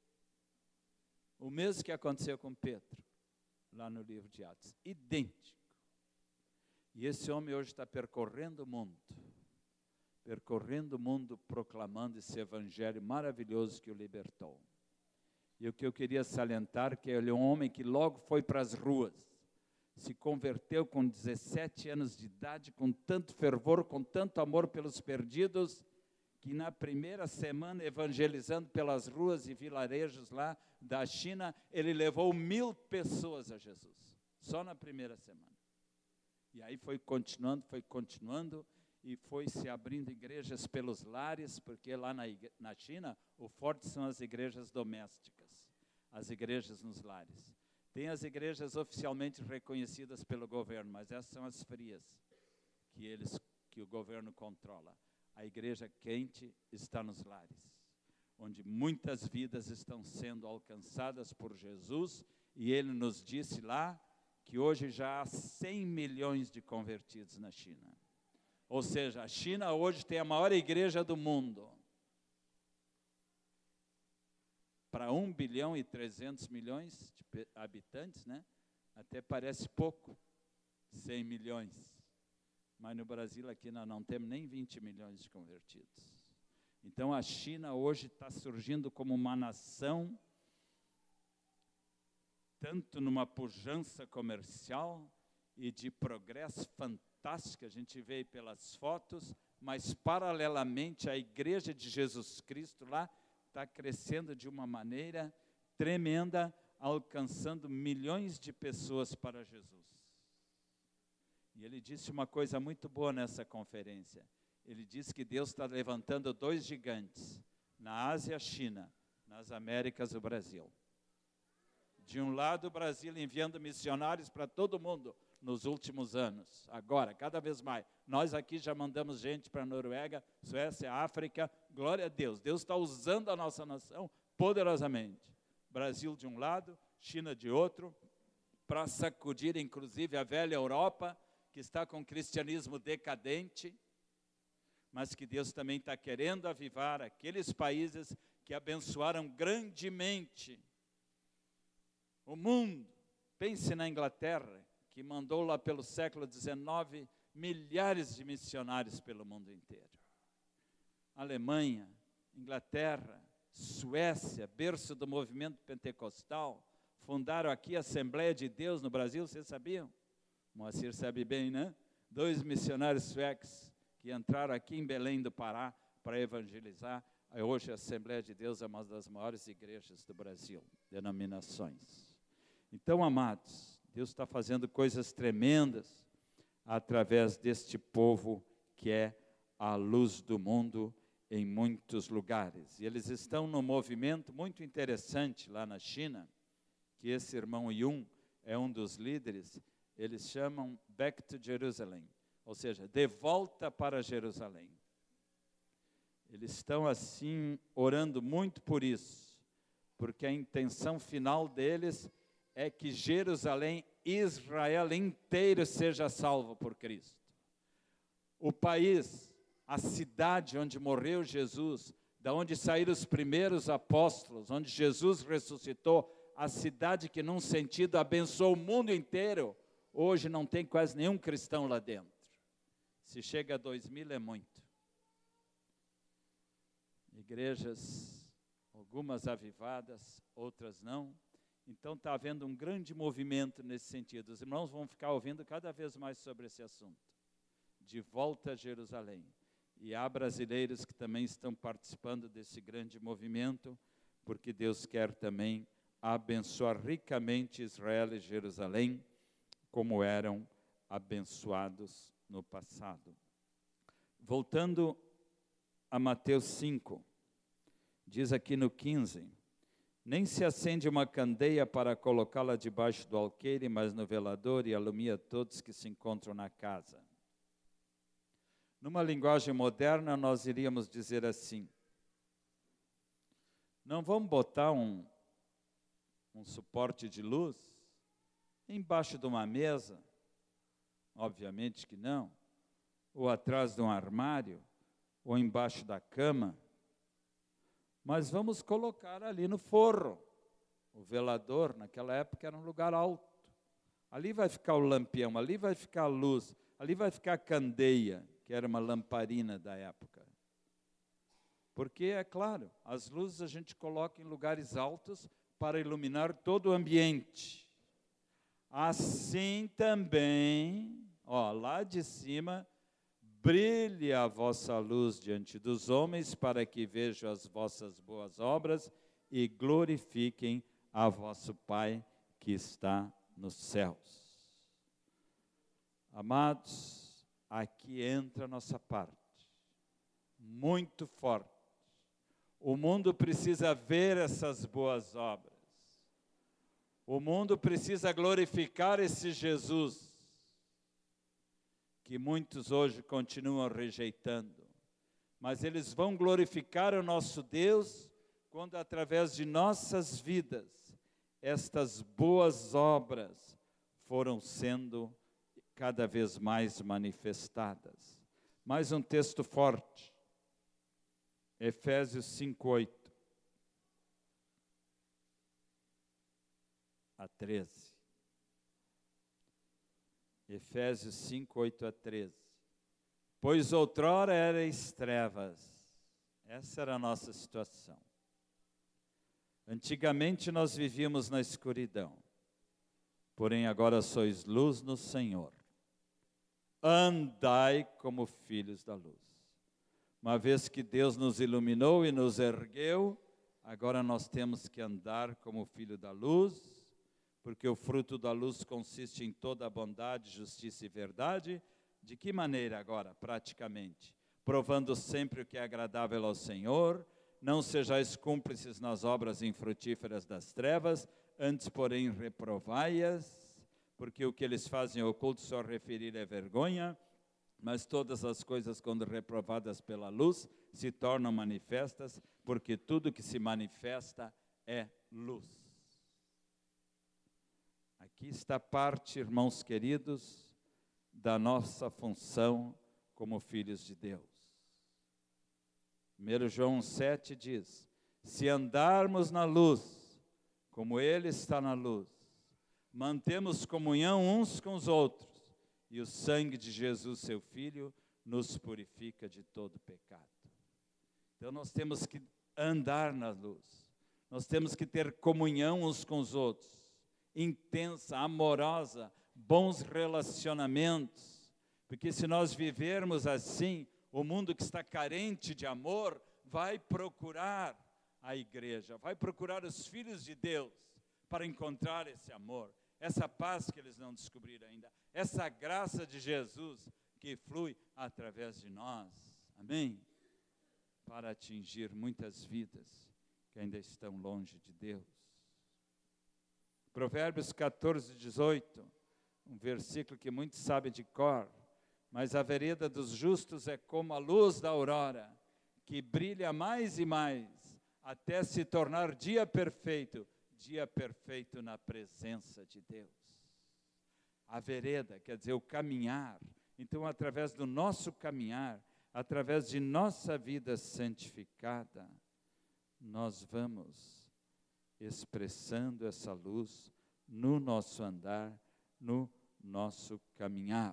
O mesmo que aconteceu com Pedro, lá no livro de Atos, idêntico. E esse homem hoje está percorrendo o mundo, percorrendo o mundo, proclamando esse evangelho maravilhoso que o libertou. E o que eu queria salientar, que ele é um homem que logo foi para as ruas, se converteu com dezessete anos de idade, com tanto fervor, com tanto amor pelos perdidos, que na primeira semana, evangelizando pelas ruas e vilarejos lá da China, ele levou mil pessoas a Jesus, só na primeira semana. E aí foi continuando, foi continuando, e foi se abrindo igrejas pelos lares, porque lá na, na China, o forte são as igrejas domésticas, as igrejas nos lares. Tem as igrejas oficialmente reconhecidas pelo governo, mas essas são as frias, que, eles, que o governo controla. A igreja quente está nos lares, onde muitas vidas estão sendo alcançadas por Jesus, e ele nos disse lá, que hoje já há cem milhões de convertidos na China. Ou seja, a China hoje tem a maior igreja do mundo. Para um bilhão e trezentos milhões de habitantes, né? Até parece pouco, cem milhões. Mas no Brasil aqui nós não temos nem vinte milhões de convertidos. Então a China hoje está surgindo como uma nação, tanto numa pujança comercial e de progresso fantástico, a gente vê pelas fotos, mas paralelamente a igreja de Jesus Cristo lá está crescendo de uma maneira tremenda, alcançando milhões de pessoas para Jesus. E ele disse uma coisa muito boa nessa conferência. Ele disse que Deus está levantando dois gigantes, na Ásia e a China, nas Américas o Brasil. De um lado o Brasil enviando missionários para todo mundo, nos últimos anos. Agora, cada vez mais. Nós aqui já mandamos gente para a Noruega, Suécia, África. Glória a Deus. Deus está usando a nossa nação poderosamente. Brasil de um lado, China de outro, para sacudir, inclusive, a velha Europa, que está com o cristianismo decadente, mas que Deus também está querendo avivar aqueles países que abençoaram grandemente o mundo. Pense na Inglaterra, que mandou lá pelo século dezenove milhares de missionários pelo mundo inteiro. Alemanha, Inglaterra, Suécia, berço do movimento pentecostal, fundaram aqui a Assembleia de Deus no Brasil, vocês sabiam? Moacir sabe bem, né? Dois missionários suecos que entraram aqui em Belém do Pará para evangelizar. Hoje a Assembleia de Deus é uma das maiores igrejas do Brasil, denominações. Então, amados, Deus está fazendo coisas tremendas através deste povo que é a luz do mundo em muitos lugares. E eles estão num movimento muito interessante lá na China, que esse irmão Yun é um dos líderes. Eles chamam Back to Jerusalem, ou seja, de volta para Jerusalém. Eles estão assim orando muito por isso, porque a intenção final deles é que Jerusalém, Israel inteiro seja salvo por Cristo. O país, a cidade onde morreu Jesus, da onde saíram os primeiros apóstolos, onde Jesus ressuscitou, a cidade que num sentido abençoou o mundo inteiro, hoje não tem quase nenhum cristão lá dentro. Se chega a dois mil é muito. Igrejas, algumas avivadas, outras não. Então está havendo um grande movimento nesse sentido. Os irmãos vão ficar ouvindo cada vez mais sobre esse assunto. De volta a Jerusalém. E há brasileiros que também estão participando desse grande movimento, porque Deus quer também abençoar ricamente Israel e Jerusalém, como eram abençoados no passado. Voltando a Mateus cinco, diz aqui no quinze, nem se acende uma candeia para colocá-la debaixo do alqueire, mas no velador, e alumia todos que se encontram na casa. Numa linguagem moderna, nós iríamos dizer assim, não vamos botar um, um suporte de luz embaixo de uma mesa? Obviamente que não. Ou atrás de um armário, ou embaixo da cama. Mas vamos colocar ali no forro. O velador, naquela época, era um lugar alto. Ali vai ficar o lampião, ali vai ficar a luz, ali vai ficar a candeia, que era uma lamparina da época. Porque, é claro, as luzes a gente coloca em lugares altos para iluminar todo o ambiente. Assim também, ó, lá de cima, brilhe a vossa luz diante dos homens, para que vejam as vossas boas obras e glorifiquem a vosso Pai que está nos céus. Amados, aqui entra a nossa parte, muito forte. O mundo precisa ver essas boas obras. O mundo precisa glorificar esse Jesus, que muitos hoje continuam rejeitando. Mas eles vão glorificar o nosso Deus quando, através de nossas vidas, estas boas obras foram sendo cada vez mais manifestadas. Mais um texto forte. Efésios cinco, oito a treze. Efésios cinco, oito a treze. Pois outrora erais trevas. Essa era a nossa situação. Antigamente nós vivíamos na escuridão. Porém agora sois luz no Senhor. Andai como filhos da luz. Uma vez que Deus nos iluminou e nos ergueu, agora nós temos que andar como filho da luz, porque o fruto da luz consiste em toda a bondade, justiça e verdade. De que maneira agora, praticamente? Provando sempre o que é agradável ao Senhor, não sejais cúmplices nas obras infrutíferas das trevas, antes, porém, reprovai-as, porque o que eles fazem oculto só referir é vergonha, mas todas as coisas, quando reprovadas pela luz, se tornam manifestas, porque tudo que se manifesta é luz. Aqui está parte, irmãos queridos, da nossa função como filhos de Deus. primeiro João sete diz, se andarmos na luz, como Ele está na luz, mantemos comunhão uns com os outros, e o sangue de Jesus, seu Filho, nos purifica de todo pecado. Então nós temos que andar na luz, nós temos que ter comunhão uns com os outros, intensa, amorosa, bons relacionamentos, porque se nós vivermos assim, o mundo que está carente de amor vai procurar a igreja, vai procurar os filhos de Deus para encontrar esse amor, essa paz que eles não descobriram ainda, essa graça de Jesus que flui através de nós, amém? Para atingir muitas vidas que ainda estão longe de Deus. Provérbios catorze, dezoito, um versículo que muitos sabem de cor, mas a vereda dos justos é como a luz da aurora, que brilha mais e mais, até se tornar dia perfeito, dia perfeito na presença de Deus. A vereda, quer dizer, o caminhar. Então, através do nosso caminhar, através de nossa vida santificada, nós vamos expressando essa luz no nosso andar, no nosso caminhar.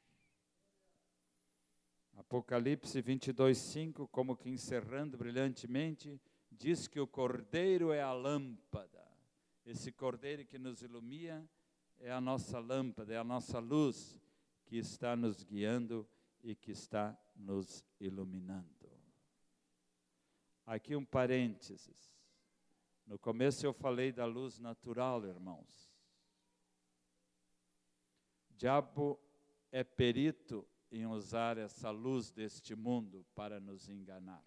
Apocalipse vinte e dois, cinco, como que encerrando brilhantemente, diz que o Cordeiro é a lâmpada. Esse Cordeiro que nos ilumina é a nossa lâmpada, é a nossa luz que está nos guiando e que está nos iluminando. Aqui um parênteses. No começo eu falei da luz natural, irmãos. O diabo é perito em usar essa luz deste mundo para nos enganar.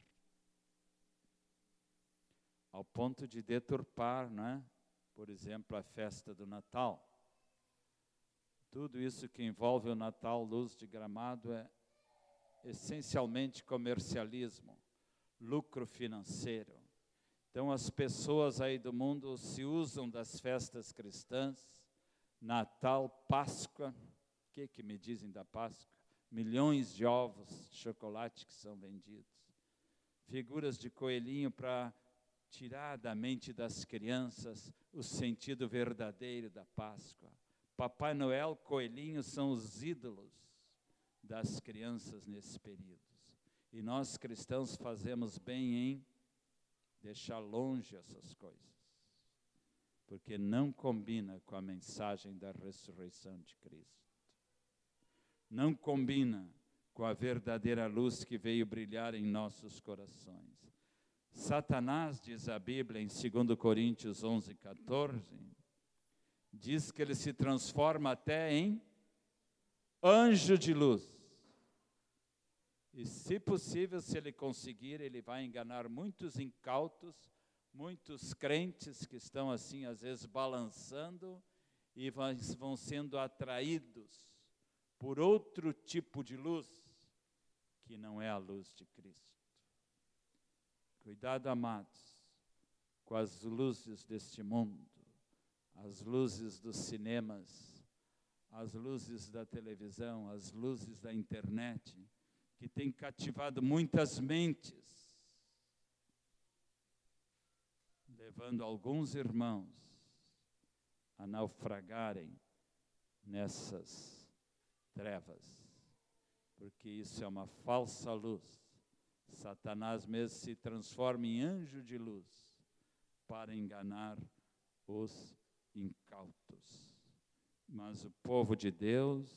Ao ponto de deturpar, não é? Por exemplo, a festa do Natal. Tudo isso que envolve o Natal, luz de Gramado, é essencialmente comercialismo, lucro financeiro. Então as pessoas aí do mundo se usam das festas cristãs, Natal, Páscoa. O que que me dizem da Páscoa? Milhões de ovos de chocolate que são vendidos. Figuras de coelhinho para tirar da mente das crianças o sentido verdadeiro da Páscoa. Papai Noel, coelhinho são os ídolos das crianças nesse período. E nós cristãos fazemos bem em deixar longe essas coisas, porque não combina com a mensagem da ressurreição de Cristo. Não combina com a verdadeira luz que veio brilhar em nossos corações. Satanás, diz a Bíblia em dois Coríntios onze, quatorze, diz que ele se transforma até em anjo de luz. E, se possível, se ele conseguir, ele vai enganar muitos incautos, muitos crentes que estão assim, às vezes, balançando e vão sendo atraídos por outro tipo de luz, que não é a luz de Cristo. Cuidado, amados, com as luzes deste mundo, as luzes dos cinemas, as luzes da televisão, as luzes da internet, que tem cativado muitas mentes, levando alguns irmãos a naufragarem nessas trevas, porque isso é uma falsa luz. Satanás mesmo se transforma em anjo de luz para enganar os incautos. Mas o povo de Deus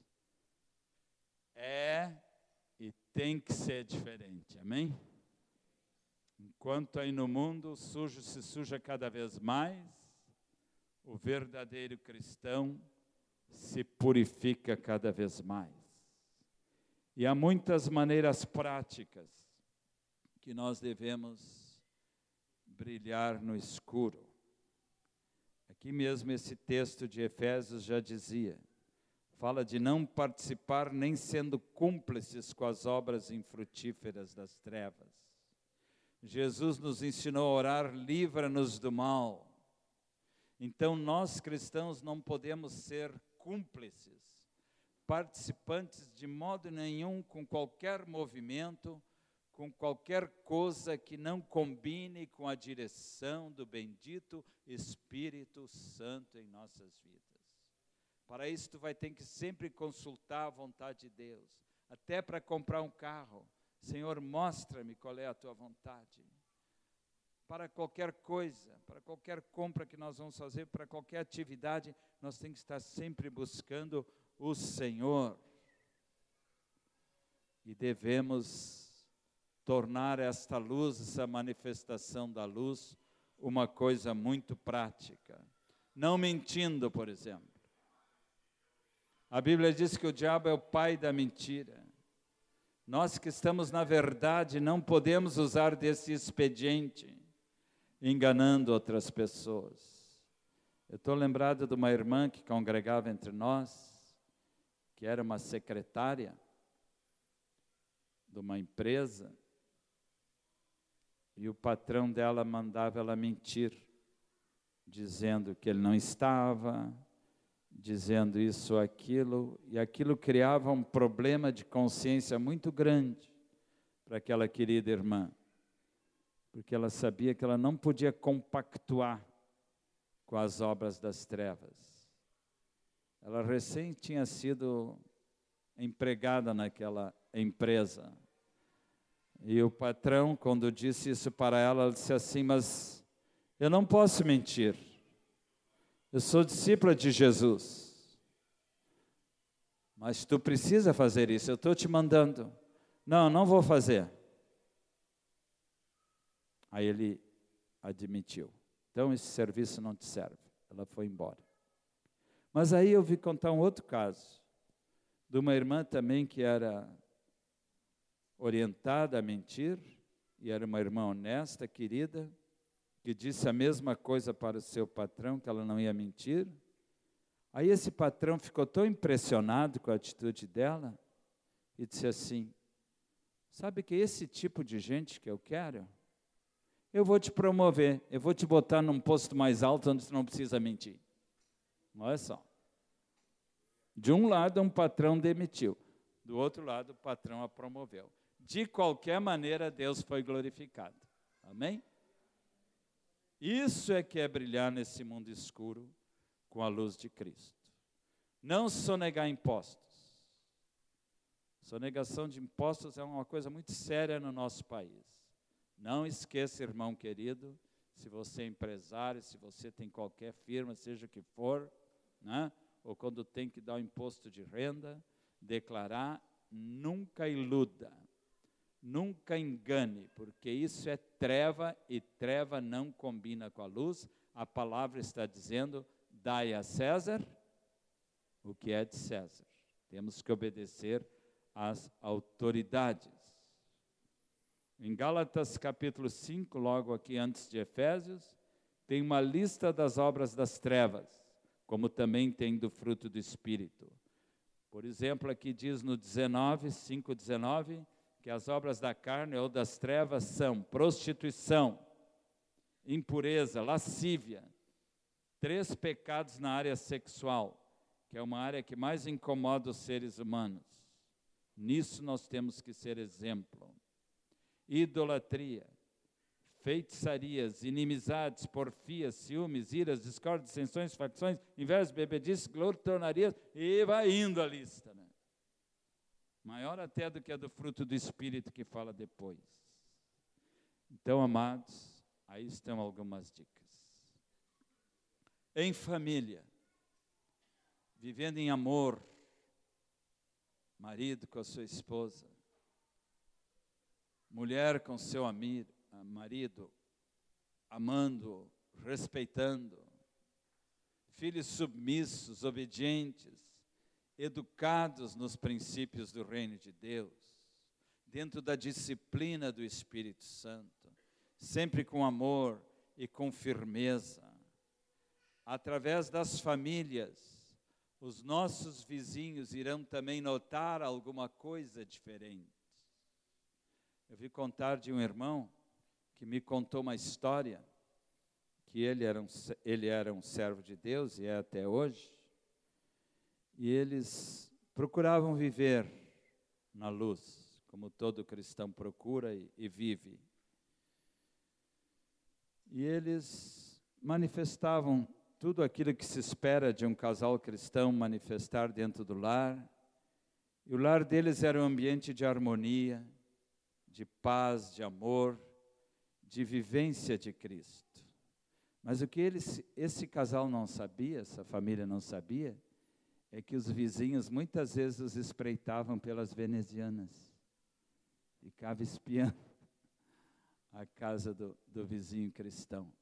é e tem que ser diferente, amém? Enquanto aí no mundo o sujo se suja cada vez mais, o verdadeiro cristão se purifica cada vez mais. E há muitas maneiras práticas que nós devemos brilhar no escuro. Aqui mesmo esse texto de Efésios já dizia, fala de não participar nem sendo cúmplices com as obras infrutíferas das trevas. Jesus nos ensinou a orar, livra-nos do mal. Então nós cristãos não podemos ser cúmplices, participantes de modo nenhum com qualquer movimento, com qualquer coisa que não combine com a direção do bendito Espírito Santo em nossas vidas. Para isso tu vai ter que sempre consultar a vontade de Deus, até para comprar um carro. Senhor, mostra-me qual é a tua vontade. Para qualquer coisa, para qualquer compra que nós vamos fazer, para qualquer atividade, nós temos que estar sempre buscando o Senhor. E devemos tornar esta luz, essa manifestação da luz, uma coisa muito prática. Não mentindo, por exemplo. A Bíblia diz que o diabo é o pai da mentira. Nós que estamos na verdade não podemos usar desse expediente, enganando outras pessoas. Eu estou lembrado de uma irmã que congregava entre nós, que era uma secretária de uma empresa, e o patrão dela mandava ela mentir, dizendo que ele não estava, dizendo isso ou aquilo, e aquilo criava um problema de consciência muito grande para aquela querida irmã, porque ela sabia que ela não podia compactuar com as obras das trevas. Ela recém tinha sido empregada naquela empresa, e o patrão, quando disse isso para ela, ela disse assim, mas eu não posso mentir, eu sou discípula de Jesus, mas tu precisa fazer isso, eu estou te mandando. Não, não vou fazer. Aí ele admitiu, então esse serviço não te serve. Ela foi embora. Mas aí eu vi contar um outro caso, de uma irmã também que era orientada a mentir, e era uma irmã honesta, querida, que disse a mesma coisa para o seu patrão, que ela não ia mentir. Aí esse patrão ficou tão impressionado com a atitude dela, e disse assim, sabe que esse tipo de gente que eu quero, eu vou te promover, eu vou te botar num posto mais alto, onde você não precisa mentir. Olha só. De um lado, um patrão demitiu, do outro lado, o patrão a promoveu. De qualquer maneira, Deus foi glorificado. Amém? Isso é que é brilhar nesse mundo escuro com a luz de Cristo. Não sonegar impostos. Sonegação de impostos é uma coisa muito séria no nosso país. Não esqueça, irmão querido, se você é empresário, se você tem qualquer firma, seja o que for, né? Ou quando tem que dar o imposto de renda, declarar, nunca iluda. Nunca engane, porque isso é treva, e treva não combina com a luz. A palavra está dizendo, dai a César o que é de César. Temos que obedecer às autoridades. Em Gálatas capítulo cinco, logo aqui antes de Efésios, tem uma lista das obras das trevas, como também tem do fruto do Espírito. Por exemplo, aqui diz no dezenove, cinco, dezenove, que as obras da carne ou das trevas são prostituição, impureza, lascívia, três pecados na área sexual, que é uma área que mais incomoda os seres humanos. Nisso nós temos que ser exemplo. Idolatria, feitiçarias, inimizades, porfias, ciúmes, iras, discórdias, dissensões, facções, invejas, bebedices, glotonarias, e vai indo a lista, né? Maior até do que a do fruto do Espírito que fala depois. Então, amados, aí estão algumas dicas. Em família, vivendo em amor, marido com a sua esposa, mulher com seu amigo, marido, amando, respeitando, filhos submissos, obedientes, educados nos princípios do reino de Deus, dentro da disciplina do Espírito Santo, sempre com amor e com firmeza. através das famílias, os nossos vizinhos irão também notar alguma coisa diferente. Eu vi contar de um irmão que me contou uma história, que ele era um, ele era um servo de Deus, e é até hoje, e eles procuravam viver na luz, como todo cristão procura e, e vive. E eles manifestavam tudo aquilo que se espera de um casal cristão manifestar dentro do lar. E o lar deles era um ambiente de harmonia, de paz, de amor, de vivência de Cristo. Mas o que eles, esse casal não sabia, essa família não sabia, é que os vizinhos muitas vezes os espreitavam pelas venezianas. Ficava espiando a casa do, do vizinho cristão.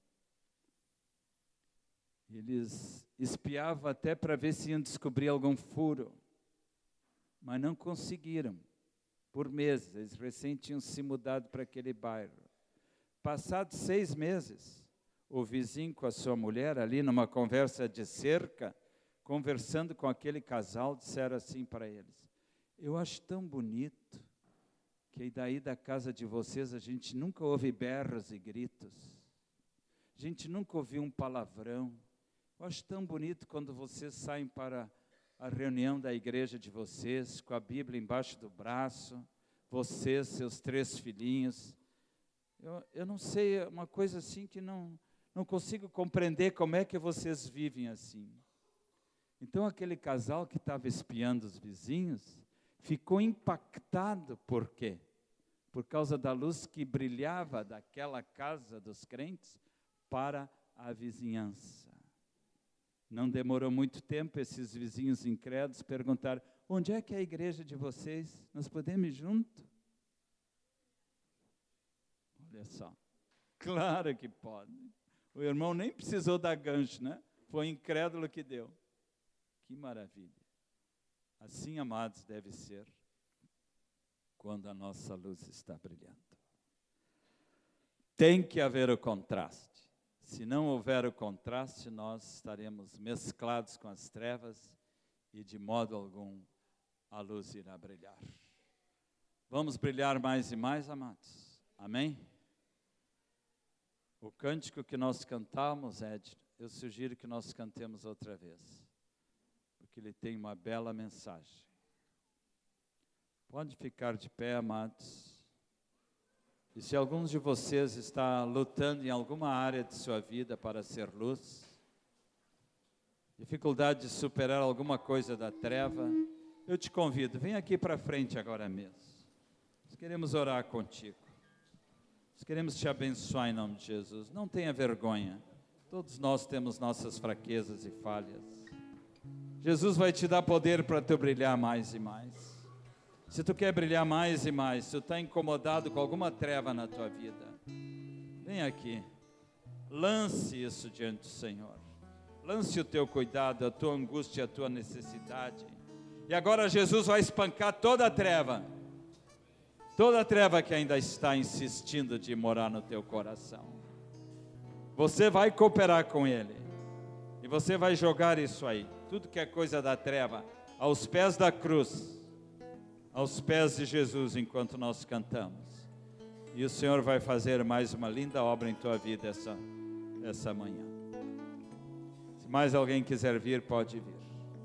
Eles espiavam até para ver se iam descobrir algum furo, mas não conseguiram. Por meses, eles recém tinham se mudado para aquele bairro. Passados seis meses, o vizinho com a sua mulher, ali numa conversa de cerca, conversando com aquele casal, disseram assim para eles: eu acho tão bonito que daí da casa de vocês a gente nunca ouve berros e gritos, a gente nunca ouviu um palavrão. Eu acho tão bonito quando vocês saem para a reunião da igreja de vocês, com a Bíblia embaixo do braço, vocês, seus três filhinhos. Eu, eu não sei, é uma coisa assim que não, não consigo compreender como é que vocês vivem assim. Então aquele casal que estava espiando os vizinhos ficou impactado. Por quê? Por causa da luz que brilhava daquela casa dos crentes para a vizinhança. Não demorou muito tempo, esses vizinhos incrédulos perguntaram: onde é que é a igreja de vocês? Nós podemos ir junto? Olha só, claro que pode. O irmão nem precisou dar gancho, né? Foi incrédulo que deu. Que maravilha. Assim, amados, deve ser quando a nossa luz está brilhando. Tem que haver o contraste. Se não houver o contraste, nós estaremos mesclados com as trevas e de modo algum a luz irá brilhar. Vamos brilhar mais e mais, amados. Amém? O cântico que nós cantamos, Ed, eu sugiro que nós cantemos outra vez, porque ele tem uma bela mensagem. Pode ficar de pé, amados. E se alguns de vocês está lutando em alguma área de sua vida para ser luz, dificuldade de superar alguma coisa da treva, eu te convido, vem aqui para frente agora mesmo. Nós queremos orar contigo. Nós queremos te abençoar em nome de Jesus. Não tenha vergonha. Todos nós temos nossas fraquezas e falhas. Jesus vai te dar poder para tu brilhar mais e mais. Se tu quer brilhar mais e mais, se tu está incomodado com alguma treva na tua vida, vem aqui, lance isso diante do Senhor, lance o teu cuidado, a tua angústia, a tua necessidade, e agora Jesus vai espancar toda a treva, toda a treva que ainda está insistindo de morar no teu coração. Você vai cooperar com Ele, e você vai jogar isso aí, tudo que é coisa da treva, aos pés da cruz, aos pés de Jesus, enquanto nós cantamos. E o Senhor vai fazer mais uma linda obra em tua vida essa, essa manhã. Se mais alguém quiser vir, pode vir.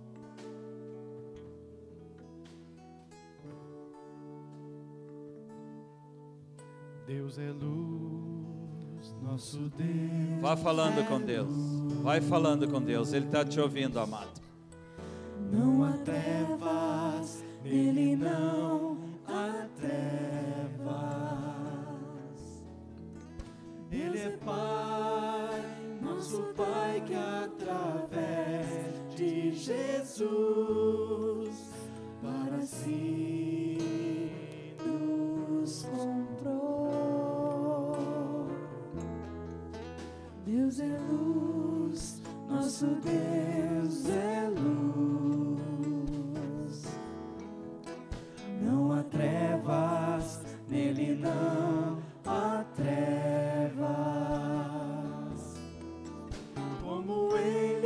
Deus é luz, nosso Deus. Vá falando com Deus. Vai falando com Deus. Ele está te ouvindo, amado. Não há trevas, nele não há trevas. Ele é Pai, nosso Pai, que através de Jesus para si nos comprou. Deus é luz, nosso Deus é luz. Não há trevas, nele não há trevas. Como Ele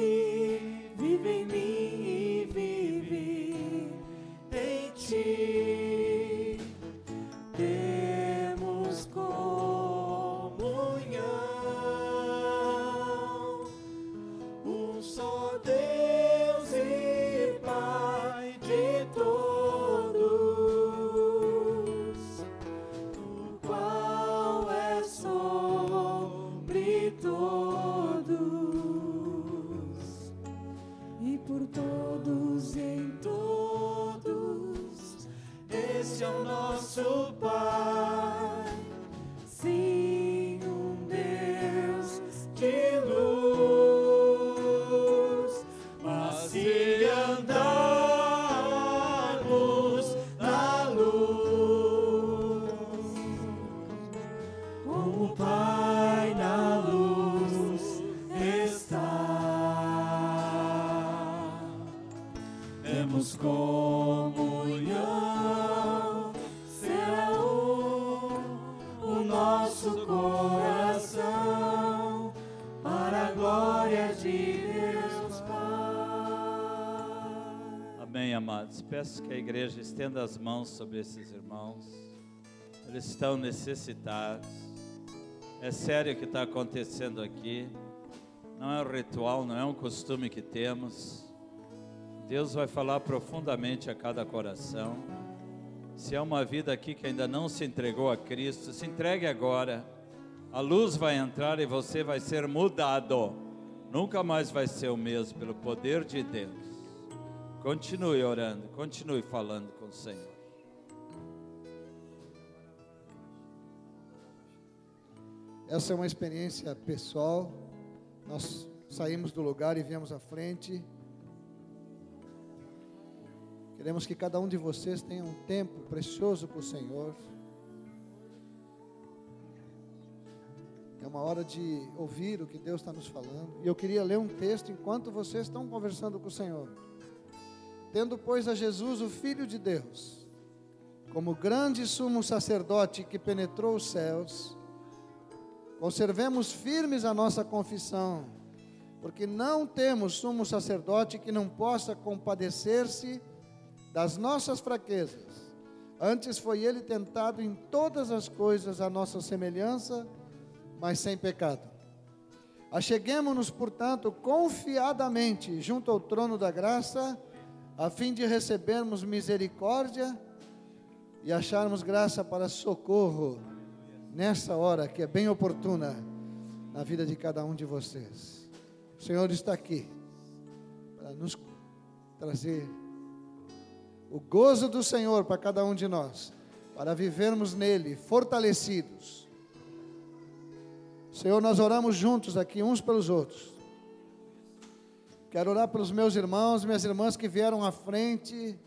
com o Pai na luz está. Temos comunhão, será o, o nosso coração, para a glória de Deus Pai. Amém, amados. Peço que a igreja estenda as mãos sobre esses irmãos. Eles estão necessitados. É sério o que está acontecendo aqui. Não é um ritual, não é um costume que temos. Deus vai falar profundamente a cada coração. Se há uma vida aqui que ainda não se entregou a Cristo, se entregue agora. A luz vai entrar e você vai ser mudado. Nunca mais vai ser o mesmo pelo poder de Deus. Continue orando, continue falando com o Senhor. Essa é uma experiência pessoal. Nós saímos do lugar e viemos à frente. Queremos que cada um de vocês tenha um tempo precioso com o Senhor. É uma hora de ouvir o que Deus está nos falando. E eu queria ler um texto enquanto vocês estão conversando com o Senhor. Tendo, pois, a Jesus, o Filho de Deus, como grande sumo sacerdote que penetrou os céus, conservemos firmes a nossa confissão, porque não temos sumo sacerdote que não possa compadecer-se das nossas fraquezas. Antes foi ele tentado em todas as coisas à nossa semelhança, mas sem pecado. Acheguemo-nos, portanto, confiadamente junto ao trono da graça, a fim de recebermos misericórdia e acharmos graça para socorro nessa hora que é bem oportuna na vida de cada um de vocês. O Senhor está aqui para nos trazer o gozo do Senhor para cada um de nós, para vivermos nele fortalecidos. Senhor, nós oramos juntos aqui uns pelos outros. Quero orar pelos meus irmãos, minhas irmãs que vieram à frente,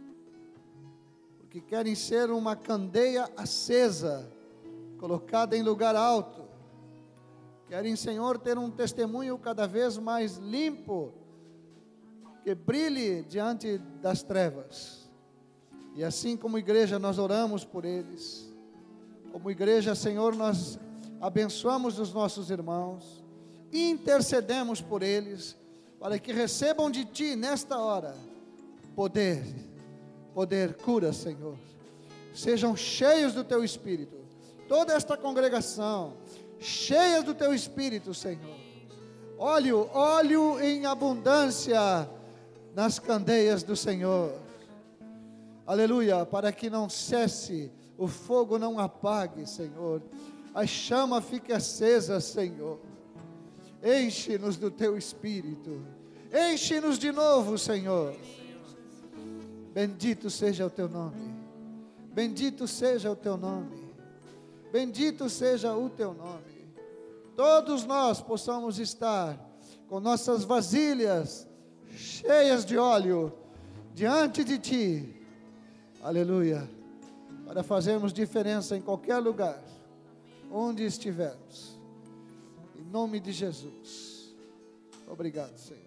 porque querem ser uma candeia acesa, colocada em lugar alto. Querem, Senhor, ter um testemunho cada vez mais limpo, que brilhe diante das trevas. E assim como igreja nós oramos por eles. Como igreja, Senhor, nós abençoamos os nossos irmãos, intercedemos por eles, para que recebam de Ti nesta hora poder, poder, cura, Senhor. Sejam cheios do Teu Espírito. Toda esta congregação, cheias do Teu Espírito, Senhor. Óleo, óleo em abundância nas candeias do Senhor. Aleluia, para que não cesse, o fogo não apague, Senhor. A chama fique acesa, Senhor. Enche-nos do Teu Espírito. Enche-nos de novo, Senhor. Bendito seja o Teu nome. Bendito seja o Teu nome. Bendito seja o Teu nome. Todos nós possamos estar com nossas vasilhas cheias de óleo diante de Ti. Aleluia. Para fazermos diferença em qualquer lugar, onde estivermos. Em nome de Jesus. Obrigado, Senhor.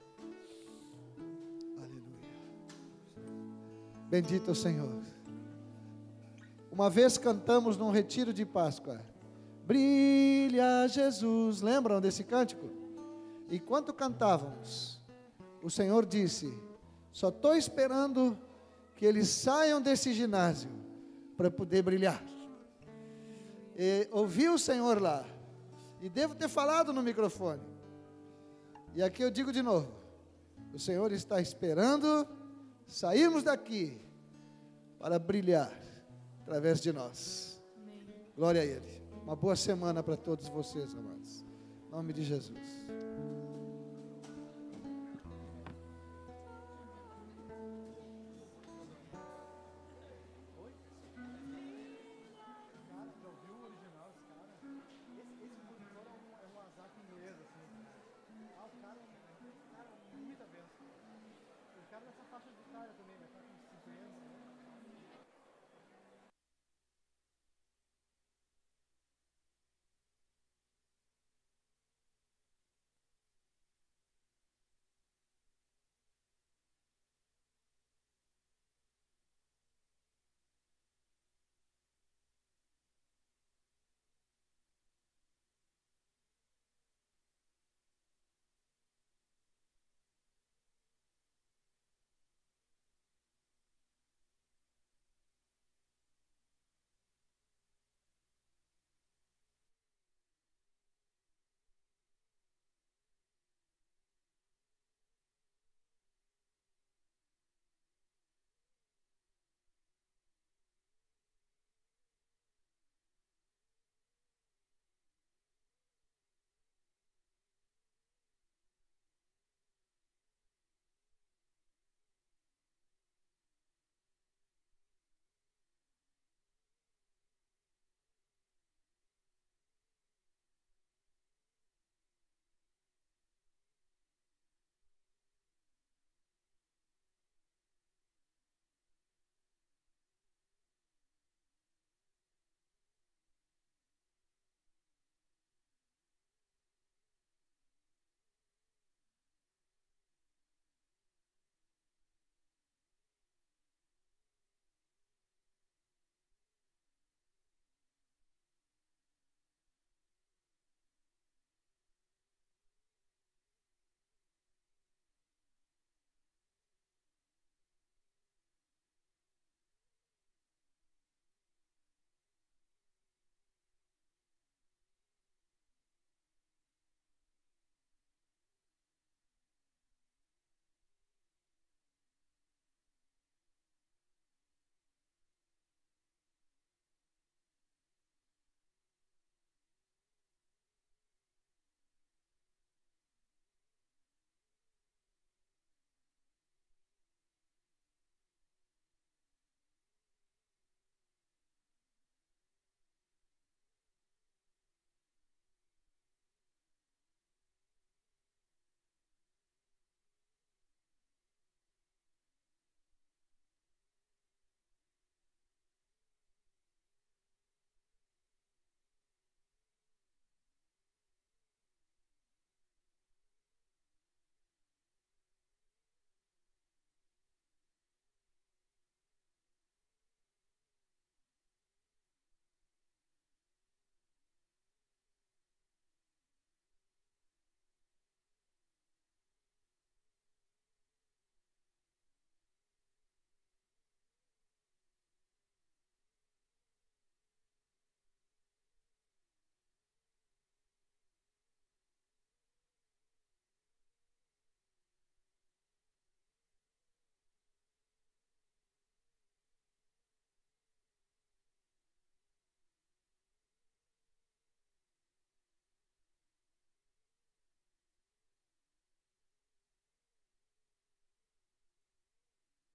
Aleluia. Bendito o Senhor. Uma vez cantamos num retiro de Páscoa. Brilha Jesus. Lembram desse cântico? Enquanto cantávamos, o Senhor disse: só estou esperando que eles saiam desse ginásio para poder brilhar. E ouvi o Senhor lá. E devo ter falado no microfone. E aqui eu digo de novo: o Senhor está esperando sairmos daqui para brilhar através de nós. Amém. Glória a Ele. Uma boa semana para todos vocês, amados. Em nome de Jesus.